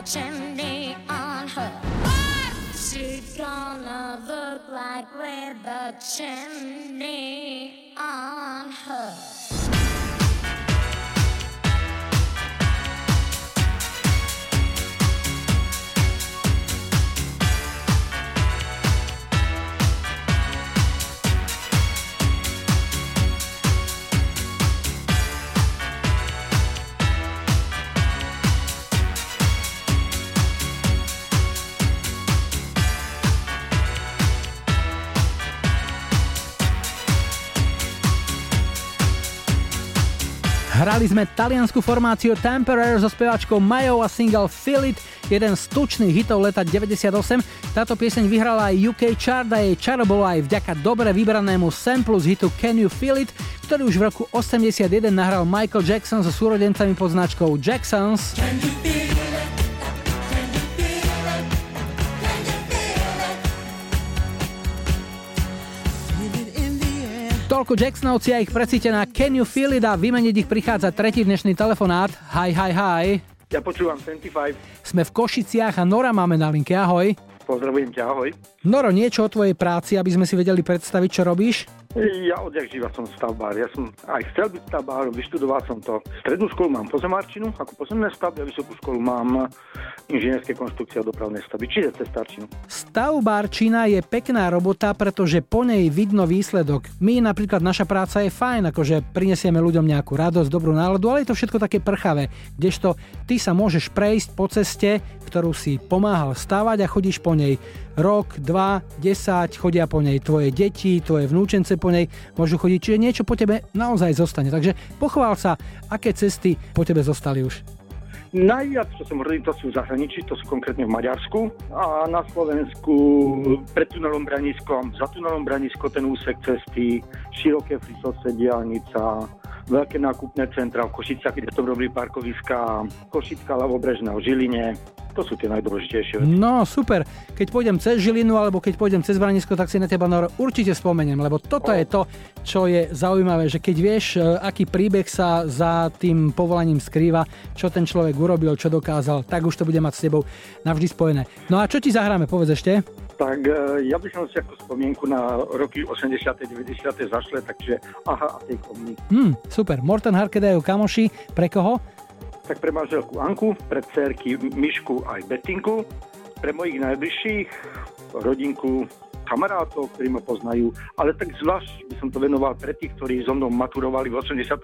chimney on her. She's gonna look like with the chimney on her. Hrali sme taliansku formáciu Temporary so speváčkou Mayo a single Feel It, jeden z tučných hitov leta 98. Táto pieseň vyhrala aj UK chart a jej čaro bolo aj vďaka dobre vybranému samplu z hitu Can You Feel It, ktorý už v roku 81 nahral Michael Jackson so súrodencami pod značkou Jacksons. Toľko Jacksonovci a ich precítená Can You Feel It a vymeniť ich prichádza tretí dnešný telefonát. Hi. Ja počúvam 25. Sme v Košiciach a Nora máme na linke. Ahoj. Pozdravujem ťa, ahoj. Noro, niečo o tvojej práci, aby sme si vedeli predstaviť, čo robíš? Ja odjak živa som stavbár. Ja som aj chcel byť stavbárom, vyštudoval som to. Strednú školu mám pozemárčinu, ako pozemné stavby, a vysokú školu mám inžinierské konštrukcie a dopravné stavby, čiže cestárčinu. Stavbárčina je pekná robota, pretože po nej vidno výsledok. My napríklad, naša práca je fajn, akože prinesieme ľuďom nejakú radosť, dobrú náladu, ale je to všetko také prchavé. Kdežto ty sa môžeš prejsť po ceste, ktorú si pomáhal stavať a chodíš po nej. Rok, 2, 10, chodia po nej tvoje deti, tvoje vnúčence po nej môžu chodiť, čiže niečo po tebe naozaj zostane. Takže pochvál sa, aké cesty po tebe zostali už. Najviac, čo som rodil, to sú v zahraničí, to sú konkrétne v Maďarsku a na Slovensku pred tunelom Branisko, za tunelom Branisko ten úsek cesty, široké Frisovce, diaľnica, veľké nákupné centra v Košiciach, kde som robil parkoviska, Košická, ľavobrežná v Žiline. To sú tie najdôležitejšie veci. No super, keď pôjdem cez Žilinu alebo keď pôjdem cez Branisko, tak si na teba, Noro, určite spomeniem, lebo toto je to, čo je zaujímavé, že keď vieš, aký príbeh sa za tým povolaním skrýva, čo ten človek urobil, čo dokázal, tak už to bude mať s tebou navždy spojené. No a čo ti zahráme, povedz ešte? Tak ja by som si ako spomienku na roky 80. 90. zašle, takže aha a tej komní. Super, Morten Harkedajú kamoši, pre koho? Tak pre manželku Anku, pre dcerky Mišku aj Betinku, pre mojich najbližších, rodinku, kamarátov, ktorí ma poznajú, ale tak zvlášť by som to venoval pre tých, ktorí so mnou maturovali v 88.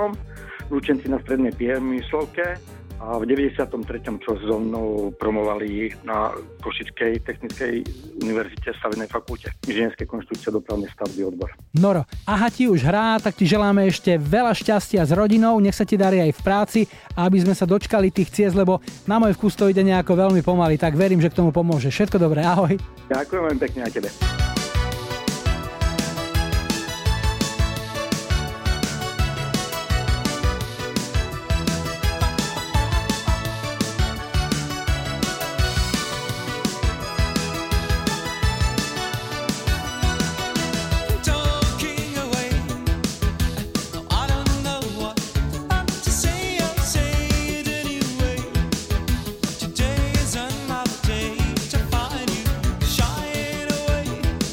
Vnúčenci na strednej priemyslovke a v 93. čo so mnou promovali na Košickej technickej univerzite Stavebnej fakulte. Inžinierské konštrukcie a dopravné stavby odbor. Noro, aha ti už hrá, tak ti želáme ešte veľa šťastia s rodinou, nech sa ti darí aj v práci a aby sme sa dočkali tých ciest, lebo na môj vkus to ide nejako veľmi pomaly, tak verím, že k tomu pomôže. Všetko dobré, ahoj. Ďakujem veľmi pekne aj tebe. Today is another day to find you shying away.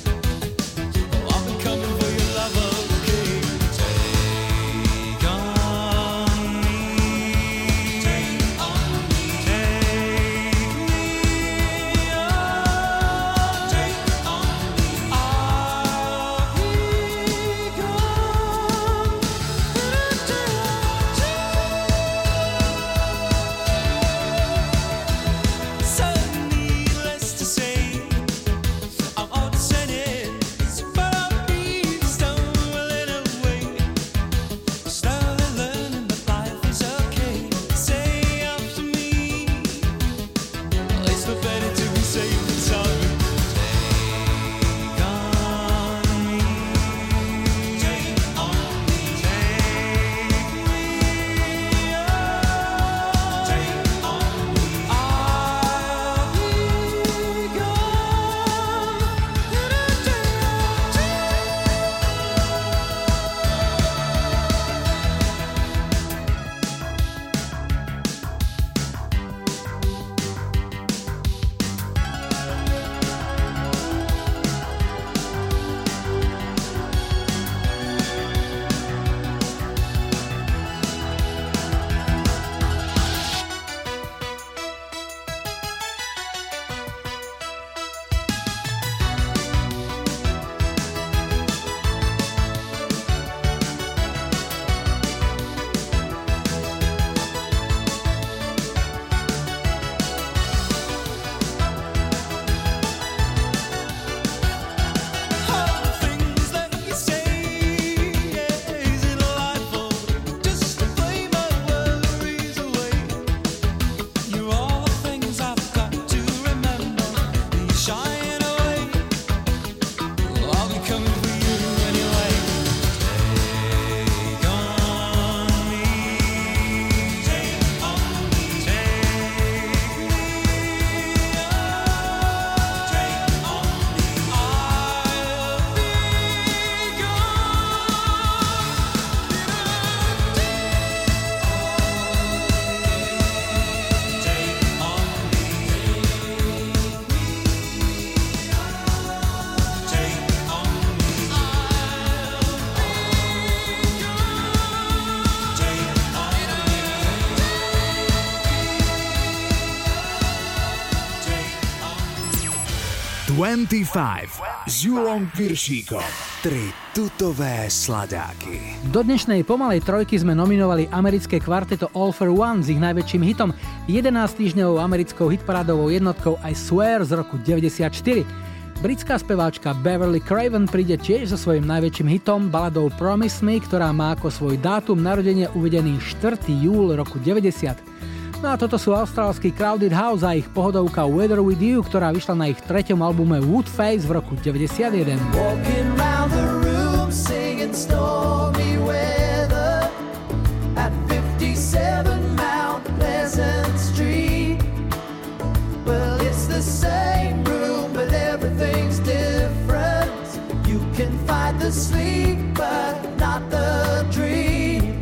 25 s Julom Piršíkom. 3 tutové sladáky. Do dnešnej pomalej trojky sme nominovali americké kvarteto All for One s ich najväčším hitom, 11-týždňovou americkou hitparádovou jednotkou I Swear z roku 94. Britská speváčka Beverly Craven príde tiež so svojím najväčším hitom, baladou Promise Me, ktorá má ako svoj dátum narodenia uvedený 4. júl roku 90. No a toto sú austrálsky Crowded House a ich pohodovka Weather With You, ktorá vyšla na ich 3. albume Woodface v roku 91. Walking round the room singing stormy weather at 57 Mount Pleasant Street. Well, it's the same room, but everything's different. You can fight the sleep, but not the dream.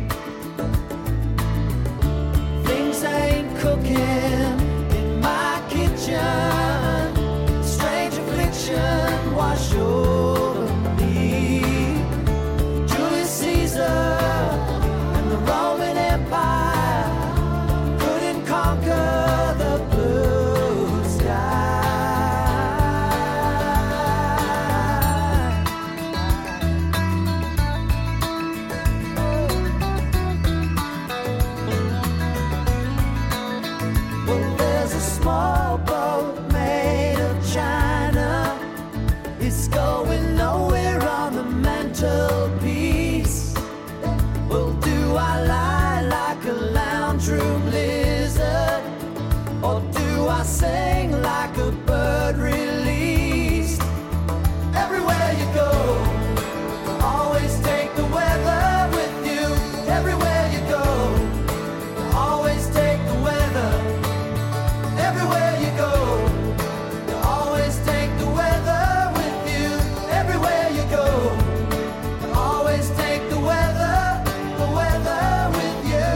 Things ain't cooking in my kitchen. Strange affliction wash over me. Julius Caesar and the Roman Empire couldn't conquer the blue sky. Well, there's a small boat made of china. It's going nowhere on the mantelpiece. Well, do I lie like a lounge room lizard, or do I sing like a bird released? Everywhere you go, always take the weather with you. Everywhere you go, always take the weather. Everywhere you go, you always take the weather with you. Everywhere you go, you always take the weather with you.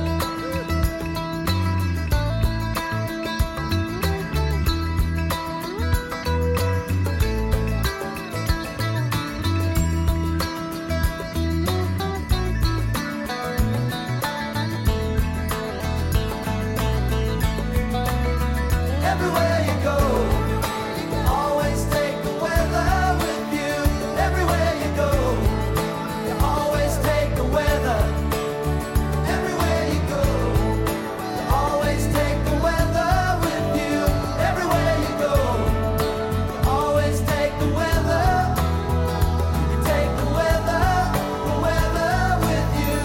Everywhere you go, always take the weather with you. Everywhere you go, you always take the weather. Everywhere you go, you always take the weather with you. Everywhere you go, you always take the weather. You take the weather with you.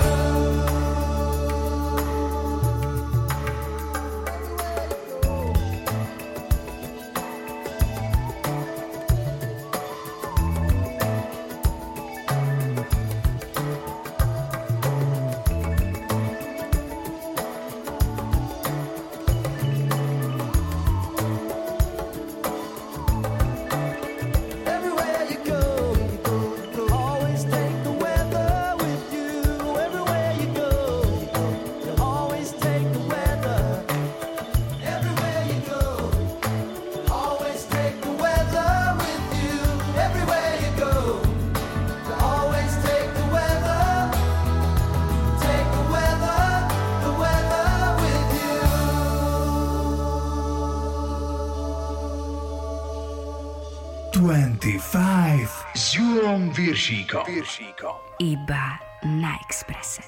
25 s Julom Piršíkom. Iba na Expresse.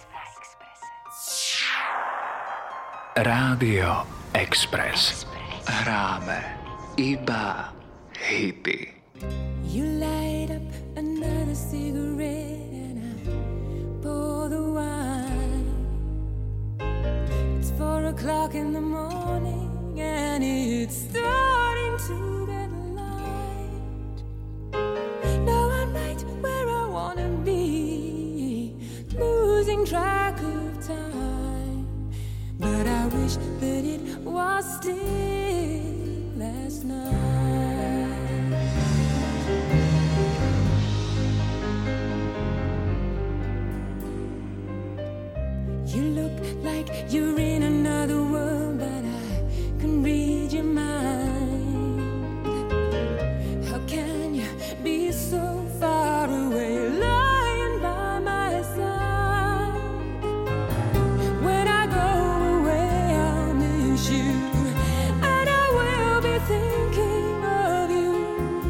Rádio Express. Hráme iba hity. You light up another cigarette and I pour the wine. It's 4 o'clock in the morning and it's starting to get light. Now I'm right where I wanna be, losing track of time. But I wish that it was still last night. You look like you're in another world, but I can read your mind. How can you be so far away, lying by my side? When I go away, I'll miss you, and I will be thinking of you.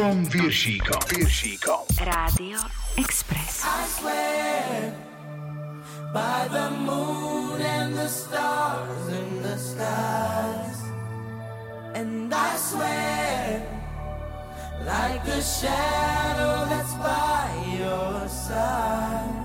Petrom Viršíkom. Rádio Express. I swear by the moon and the stars in the skies, and I swear like a shadow that's by your side.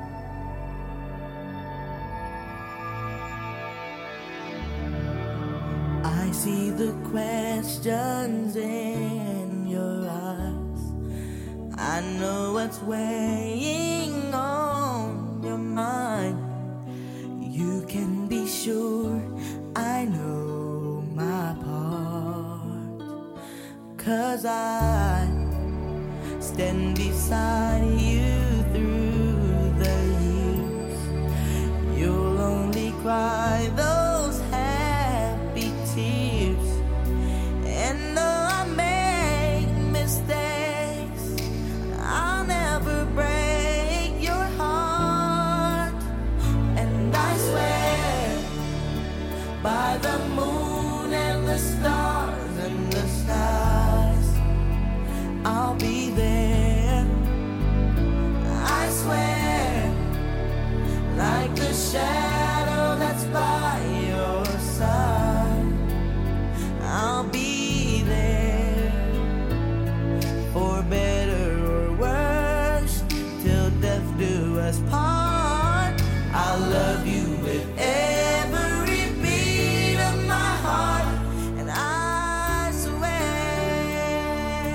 I see the questions in your eyes. I know what's weighing on your mind. You can be sure I know my part, 'cause I stand beside you through the years. You'll only cry those happy tears. And though I make mistakes, I'll never break your heart. And I swear by the moon and the stars and the skies, I'll be there. I swear like the shadow that's by your side, I'll be there. For better or worse, till death do us part. I'll love you with every beat of my heart, and I swear.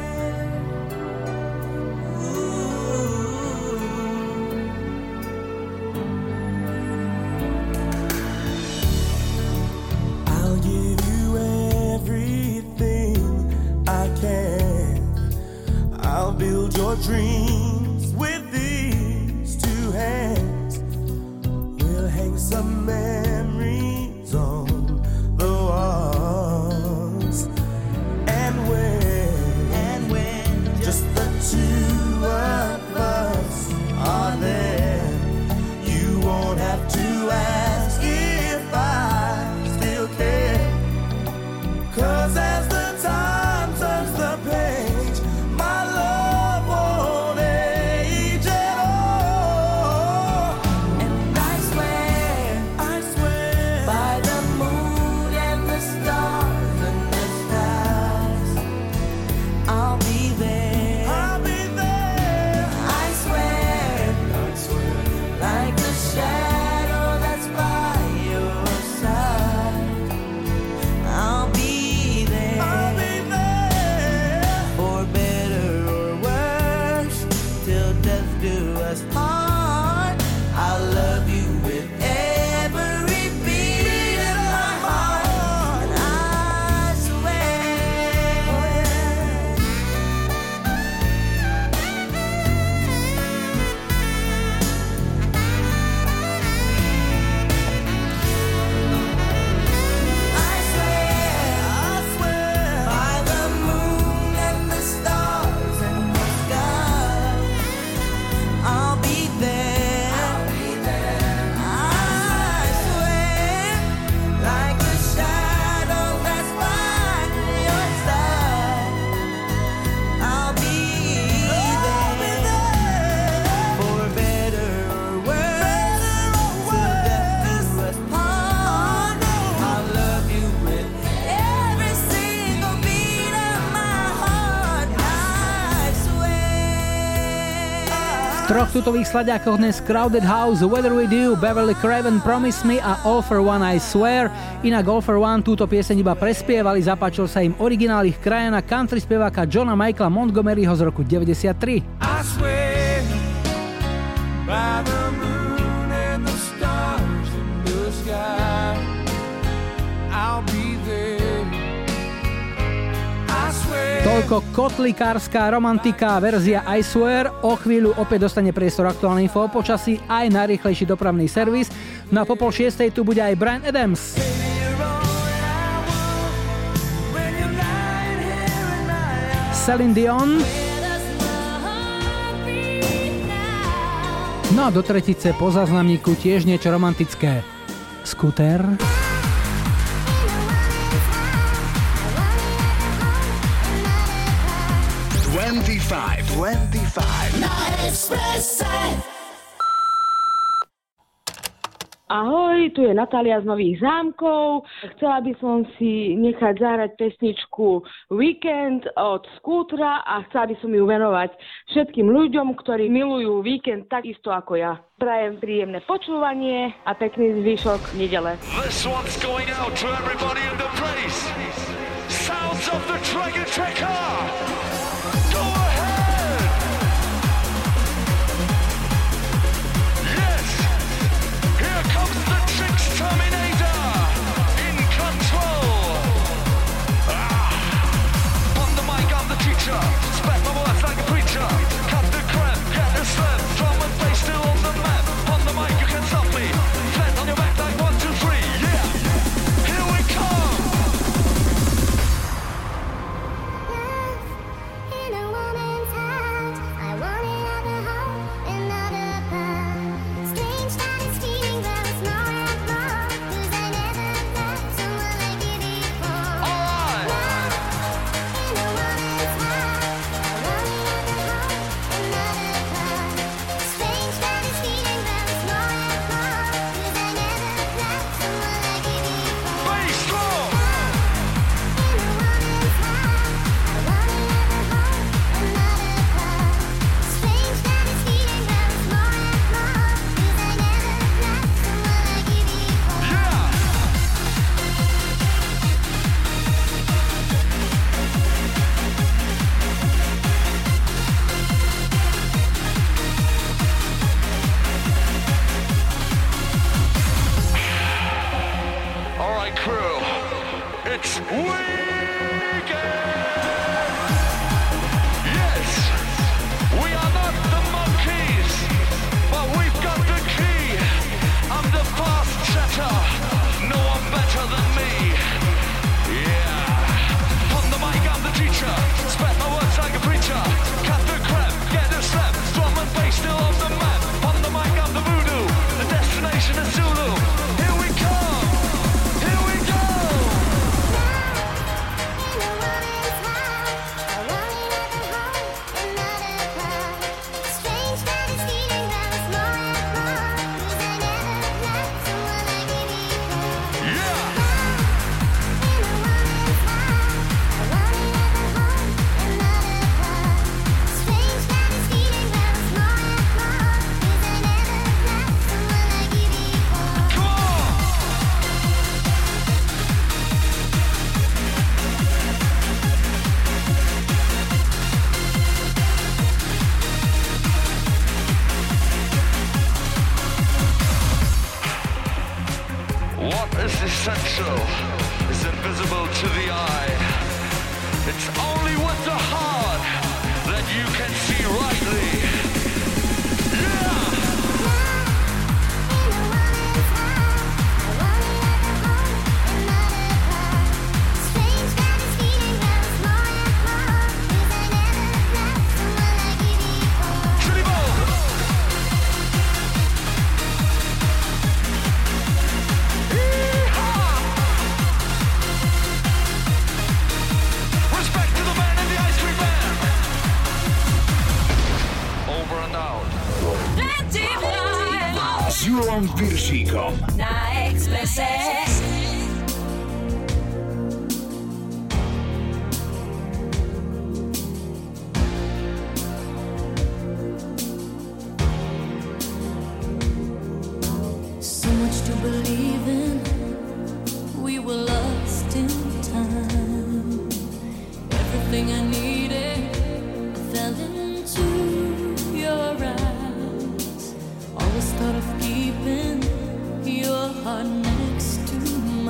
I'll give you everything I can. I'll build your dreams with these two hands. We'll hang some memories on the walls. And when just the two of us are there, you won't have to ask if I still care. 'Cause as the time turns the page, my love won't age at all. And I swear by the moon and the stars and the skies, I'll be there. I swear like the shadow that's by your side, I'll be there. For better or worse, till death do us part. I'll love you with every beat of my heart, and I swear. I swear by the moon and the stars and the sky, I'll be there. I swear like a shadow that's by your side, I'll be there. For better or worse, till death do us part. I'll love you with every single beat of my heart, I swear. V troch tutových sladiakoch dnes Crowded House, Weather With You, Beverly Craven, Promise Me a All For One I Swear. Inak All For One túto pieseň iba prespievali, zapáčil sa im originál ich krajana country speváka Johna Michaela Montgomeryho z roku 93. I swear by the moon and the stars in the sky, I'll be there. I swear. Toľko kotlikárska romantika verzia I Swear. O chvíľu opäť dostane priestor aktuálne info o počasí aj najrýchlejší dopravný servis. No a po 5:30 tu bude aj Bryan Adams. Celine Dion. No a do tretice po záznamníku tiež niečo romantické. Scooter. 25 na Expresse. Ahoj, tu je Natália z Nových Zámkov. Chcela by som si nechať zahrať pesničku Weekend od Skútra a chcela by som ju venovať všetkým ľuďom, ktorí milujú víkend takisto ako ja. Prajem príjemné počúvanie a pekný zvyšok nedele. This one's going out to everybody in the place. Sounds of the Dragon Checker. Go ahead. Yes. Here comes the Tricks Terminator in control. On the mic, I'm the teacher. Spread my words like a preacher. Cut the crap, get the slam. Drum and bass still on the map. On the mic, you can stop me. Flat on your back like 1, 2, 3. Yeah. Here we come. In a woman's heart, I want another home, another path. Strange that it's feeling, but it's not at all. 'Cause I never felt someone like you before. Love, in a woman's heart, I want another home, another path. Strange that it's feeling, but it's not at all. 'Cause I never felt someone like you before. Bass drum. In a woman's heart, I want another home, another path. Strange that it's feeling, but it's not at all. 'Cause I never felt someone like you before. All right, crew. It's weekend. Yes, we are not the monkeys, but we've got the key. I'm the fast setter. No one better than me. Yeah. On the mic, I'm the teacher. Spread my words like a preacher. Cut the crap, get the slap. Drum and bass still on the map. On the mic, I'm the voodoo. The destination is Zulu. Here we come. Here we go. In a woman's heart, I want another home, another path. Strange that it's feeling, but it's not at all. 'Cause I never felt someone like you before. Yeah. In a woman's heart, I want another home, another path. Strange that it's feeling, but it's not at all. 'Cause I never felt someone like you before. Come on. What is essential is invisible to the eye. It's only with the heart that you can see rightly. Yeah! In a woman's heart, I want another home, another path. Strange that it's feeling, but it's not at all. 'Cause I never felt someone like you before. Chili Bowl! Yee-haw! Respect to the man in the ice cream man. Over and out. s Julom Piršíkom. Na Expresse. So much to believe in, we were lost in time. Everything I needed, I fell into your eyes. Always thought of keeping your heart next to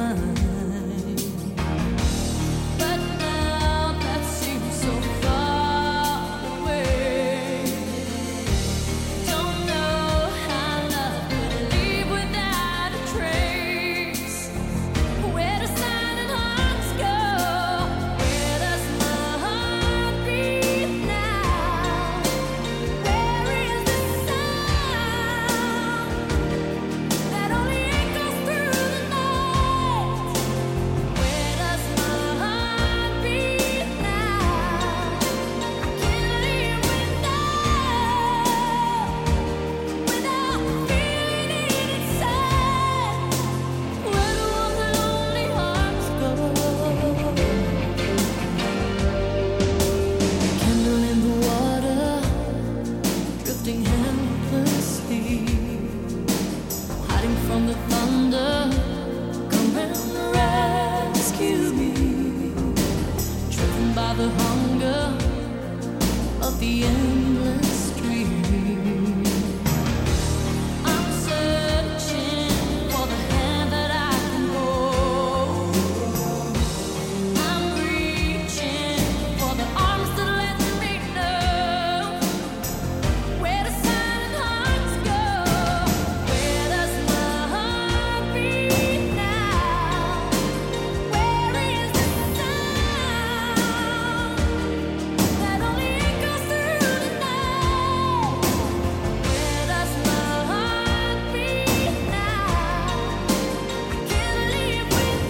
the endless dream. I'm searching for the hand that I can hold. I'm reaching for the arms that let me know where the silent hearts go. Where does my heart beat now? Where is the sound that only echoes through the night? Where does my heart beat now? I can't live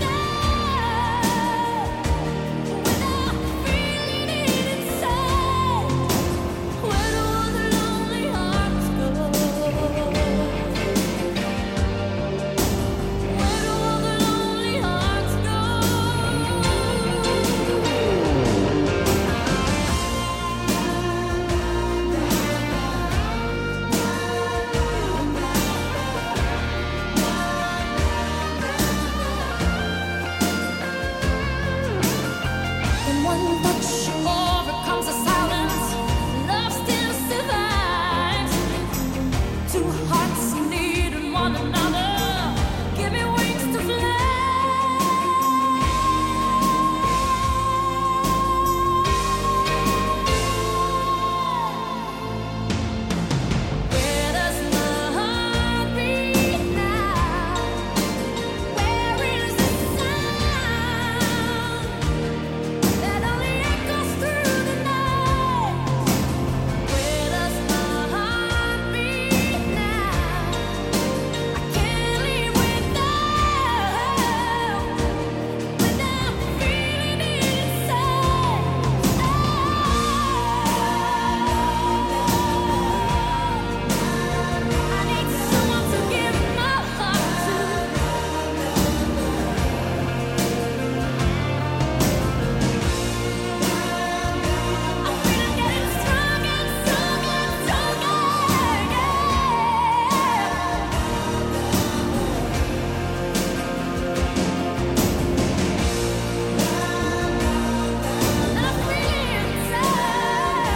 without feeling it inside. Where do all the lonely hearts go? Where do all the lonely hearts go? In one touch overcomes the silence. Love still survives. Two hearts needing one another. Give me wings to fly. Where does my heart beat now? Where is the sound that only echoes through the night? Where does my heart beat now? I can't live without feeling it inside. I need someone to give my heart to. I feel I'm getting stronger and stronger and stronger. And I feel it inside.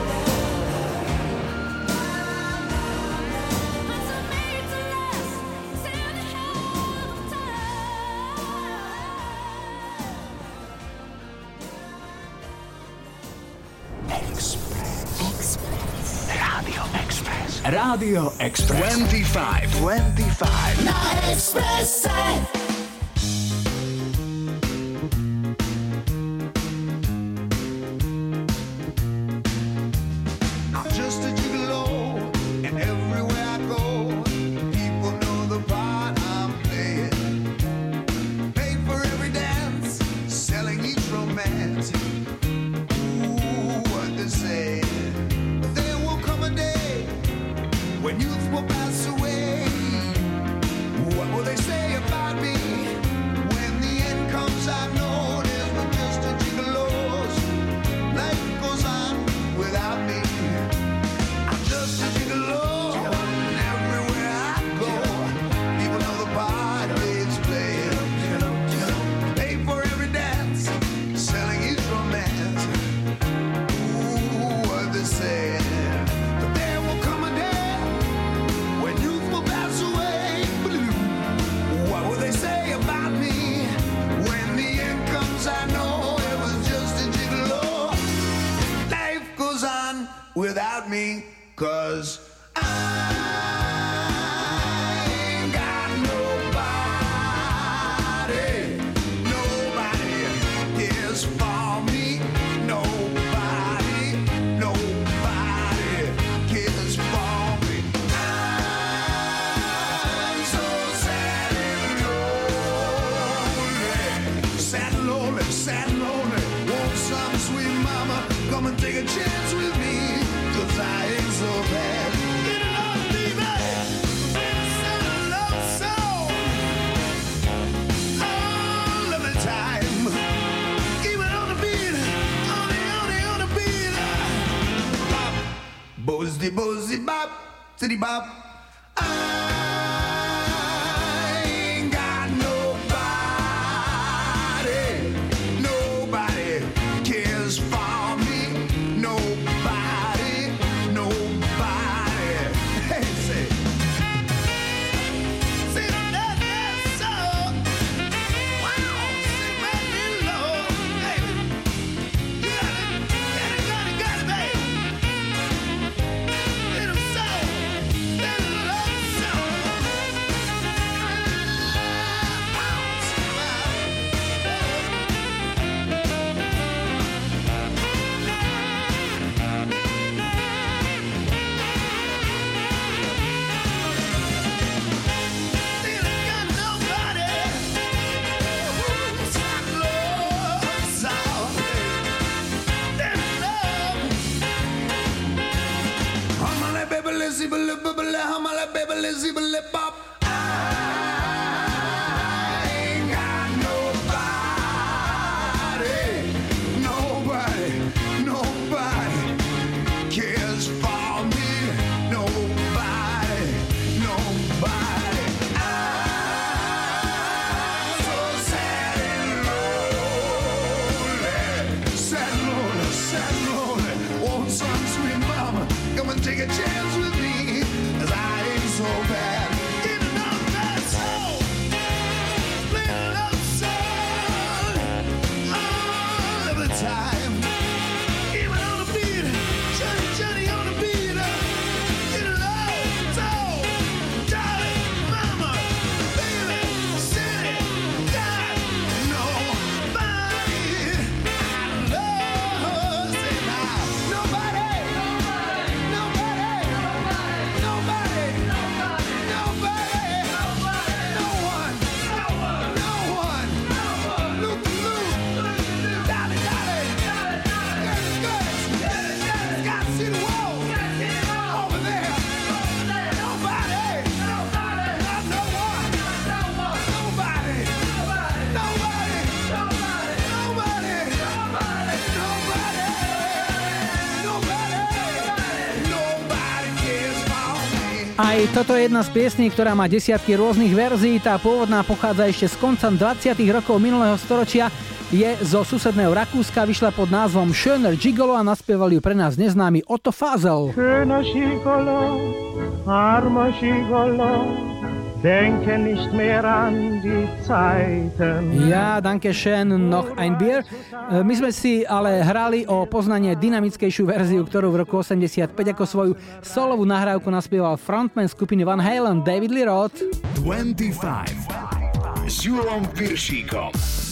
I'm so made to last till the end of Rádio Express. Rádio Express. 25. Na Expresse. I'm just a gigolo, and everywhere I go, people know the part I'm playing. Pay for every dance, selling each romance. Ooh, what they say. But there will come a day when youth will pass away. What will they say about me when the end comes? I know there's but just a gigolo's. Life goes on without me. I'm just a gigolo, and everywhere I go, people know the part it's playing. Pay for every dance, selling each romance. Ooh, what they say. But there will come a day when youth will pass away. What will they say about me when the end comes? I know it was just a gigolo. Life goes on without me, 'cause I ain't got nobody. Nobody cares for me. Nobody cares for me. I'm so sad and lonely. Sad and lonely. Want some sweet mama come and take a chance with me, 'cause I ain't so bad. Get it on, baby. Send a love song. Oh, love me time. Keep it on the beat. On the beat. Bop. Bozzy, bozzy, bop. City bop. I ain't got nobody. Nobody cares for me. Nobody zibbly bubbly, humala baby, zibbly bop. I ain't got nobody, nobody cares for me, nobody. I'm so sad and lonely. Oh, some sweet mama, come and take a chance with me, 'cause I ain't so bad. Get enough that soul, little soul, all of the time. Even on the beat, Johnny on the beat. Get enough soul, darling mama, baby, city, got nobody. I love, say now, nobody. Aj toto je jedna z piesní, ktorá má desiatky rôznych verzií. Tá pôvodná pochádza ešte z konca 20. rokov minulého storočia. Je zo susedného Rakúska, vyšla pod názvom Schöner Gigolo a naspieval ju pre nás neznámy Otto Fazel. Schöner Gigolo, armer Gigolo, denke nicht mehr an die Zeiten. Ja, danke schön, noch ein Bier. My sme si ale hrali o poznanie dynamickejšiu verziu, ktorú v roku 85 ako svoju solovú nahrávku naspieval frontman skupiny Van Halen David Lee Roth. 25 s Julom Piršíkom.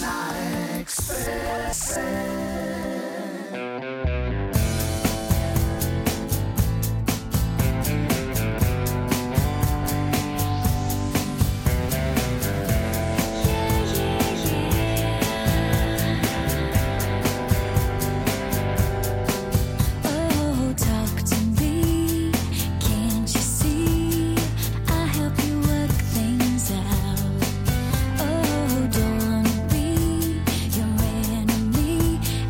Oh, talk to me. Can't you see? I help you work things out. Oh, don't wanna be your enemy.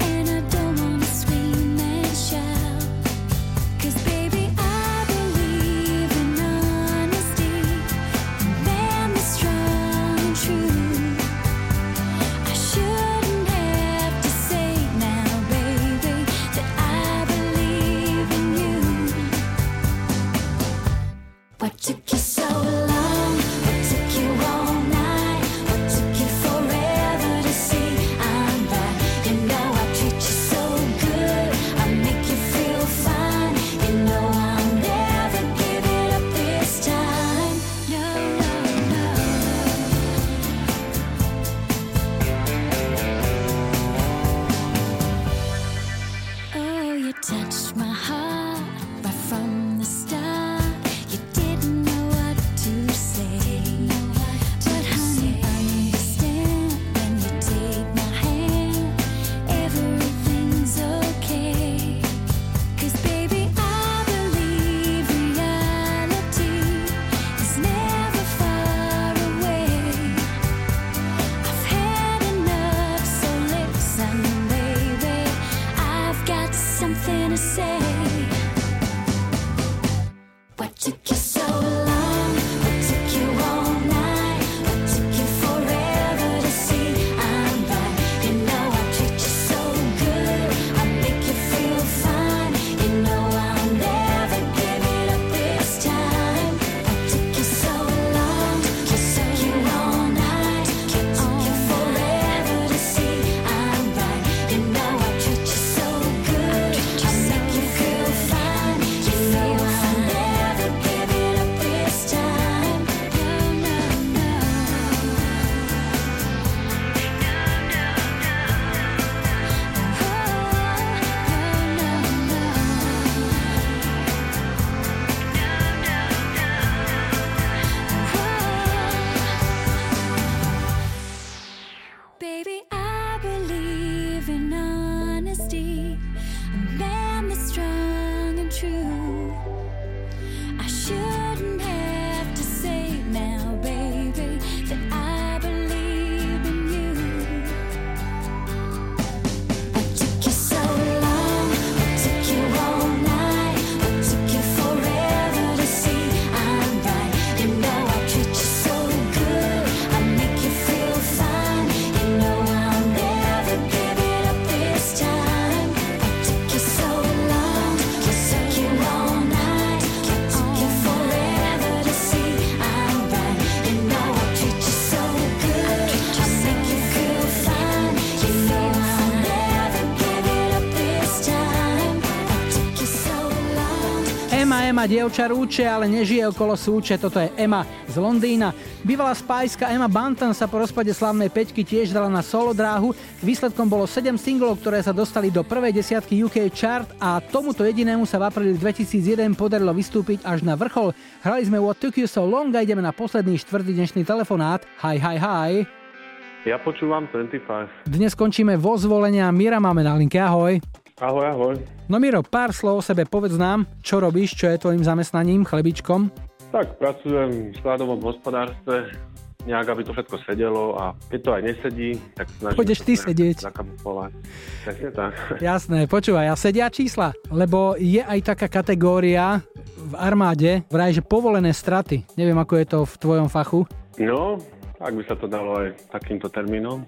Ema, dievča rúče, ale nežije okolo súče. Toto je Emma z Londýna. Bývalá spájska Emma Bunton sa po rozpade slavnej peťky tiež dala na solo dráhu. Výsledkom bolo 7 singlov, ktoré sa dostali do prvej desiatky UK chart a tomuto jedinému sa v apríli 2001 podarilo vystúpiť až na vrchol. Hrali sme What Took You So Long a ideme na posledný štvrtý dnešný telefonát. Hi. Ja počúvam 25. Dnes končíme vo Zvolenia. Mira máme na linke. Ahoj. Ahoj. No Miro, pár slov o sebe povedz nám, čo robíš, čo je tvojim zamestnaním, chlebičkom? Tak, pracujem v skladovom hospodárstve, nejak aby to všetko sedelo a keď to aj nesedí, tak snažím Pôjdeš ty sedieť. Zakamuflovať. Presne tak. Jasné, počúvaj, a sedia čísla? Lebo je aj taká kategória v armáde, vraj, že povolené straty. Neviem, ako je to v tvojom fachu. No, tak by sa to dalo aj takýmto termínom.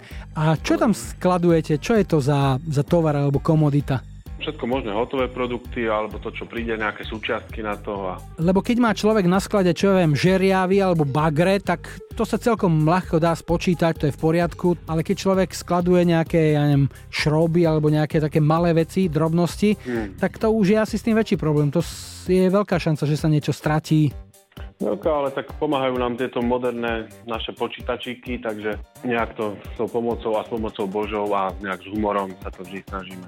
A čo tam skladujete? Čo je to za tovar alebo komodita? Všetko možné, hotové produkty, alebo to, čo príde, nejaké súčiastky na to. Lebo keď má človek na sklade, čo ja viem, žeriavy alebo bagre, tak to sa celkom ľahko dá spočítať, to je v poriadku. Ale keď človek skladuje nejaké, ja neviem, šroby alebo nejaké také malé veci, drobnosti, tak to už je asi s tým väčší problém. To je veľká šanca, že sa niečo stratí. Veľká, ale tak pomáhajú nám tieto moderné naše počítačíky, takže nejak to s tou pomocou a s pomocou Božou a nejak s humorom sa to vždy snažíme.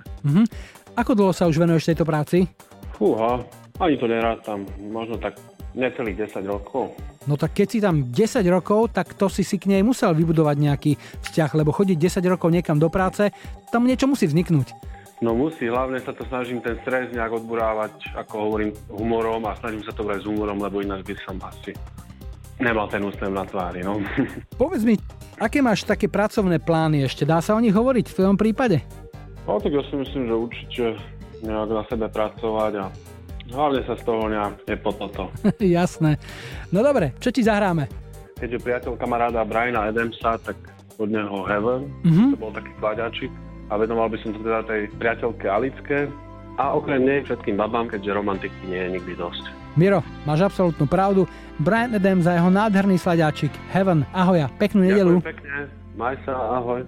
Ako dlho sa už venuješ tejto práci? Fúha, ani to nerátam, možno tak necelých 10 rokov. No tak keď si tam 10 rokov, tak to si k nej musel vybudovať nejaký vzťah, lebo chodiť 10 rokov niekam do práce, tam niečo musí vzniknúť. No musí, hlavne sa to snažím ten stres nejak odburávať, ako hovorím, humorom a snažím sa to brať s humorom, lebo ináč by som asi nemal ten úsmev na tvári, no. Povedz mi, aké máš také pracovné plány ešte? Dá sa o nich hovoriť v tvojom prípade? No tak ja si myslím, že určite nejak na sebe pracovať a hlavne sa z toho nejak nepototo. Jasné. No dobre, čo ti zahráme? Keďže priateľ kamaráda Briana Adamsa, tak od neho Heaven, to bol taký klaďačik. A venoval by som to teda tej priateľke Alické a okrem nej všetkým babám, keďže romantiky nie je nikdy dosť. Miro, máš absolútnu pravdu. Brian Adams za jeho nádherný sladáčik Heaven. Ahoj a peknú nedeľu. Ďakujem pekne. Maj sa, ahoj.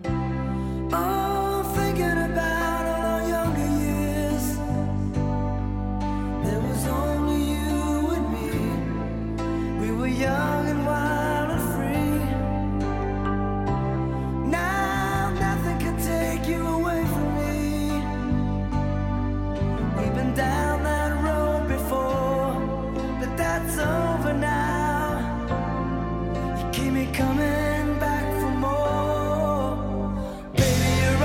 Thinking about all our younger years, there was only you and me. We were young and wild and free. Now nothing can take you away from me. We've been down that road before, but that's over now. You keep me coming back for more. Baby, you're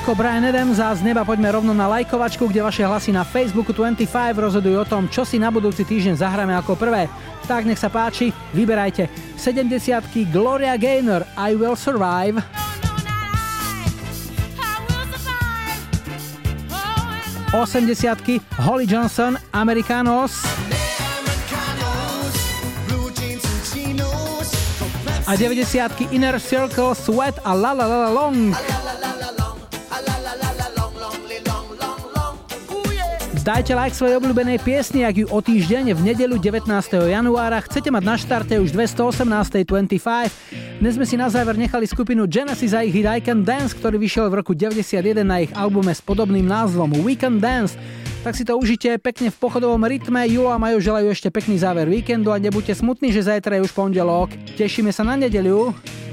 ako Bryan Adams a z neba poďme rovno na lajkovačku, kde vaše hlasy na Facebooku 25 rozhodujú o tom, čo si na budúci týždeň zahráme ako prvé. Tak nech sa páči, vyberajte 70-ky Gloria Gaynor, I Will Survive, 80-ky Holly Johnson, Americanos a 90-ky Inner Circle, Sweat a La La La La Long. Dajte like svojej obľúbenej piesni, ak ju o týždeň v nedeľu 19. januára chcete mať na štarte už 218. 25. Dnes sme si na záver nechali skupinu Genesis a ich hit I Can Dance, ktorý vyšiel v roku 91 na ich albume s podobným názvom We Can Dance. Tak si to užite pekne v pochodovom rytme. Julo a Majo želajú ešte pekný záver víkendu a nebuďte smutní, že zajtra je už pondelok. Tešíme sa na nedeľu.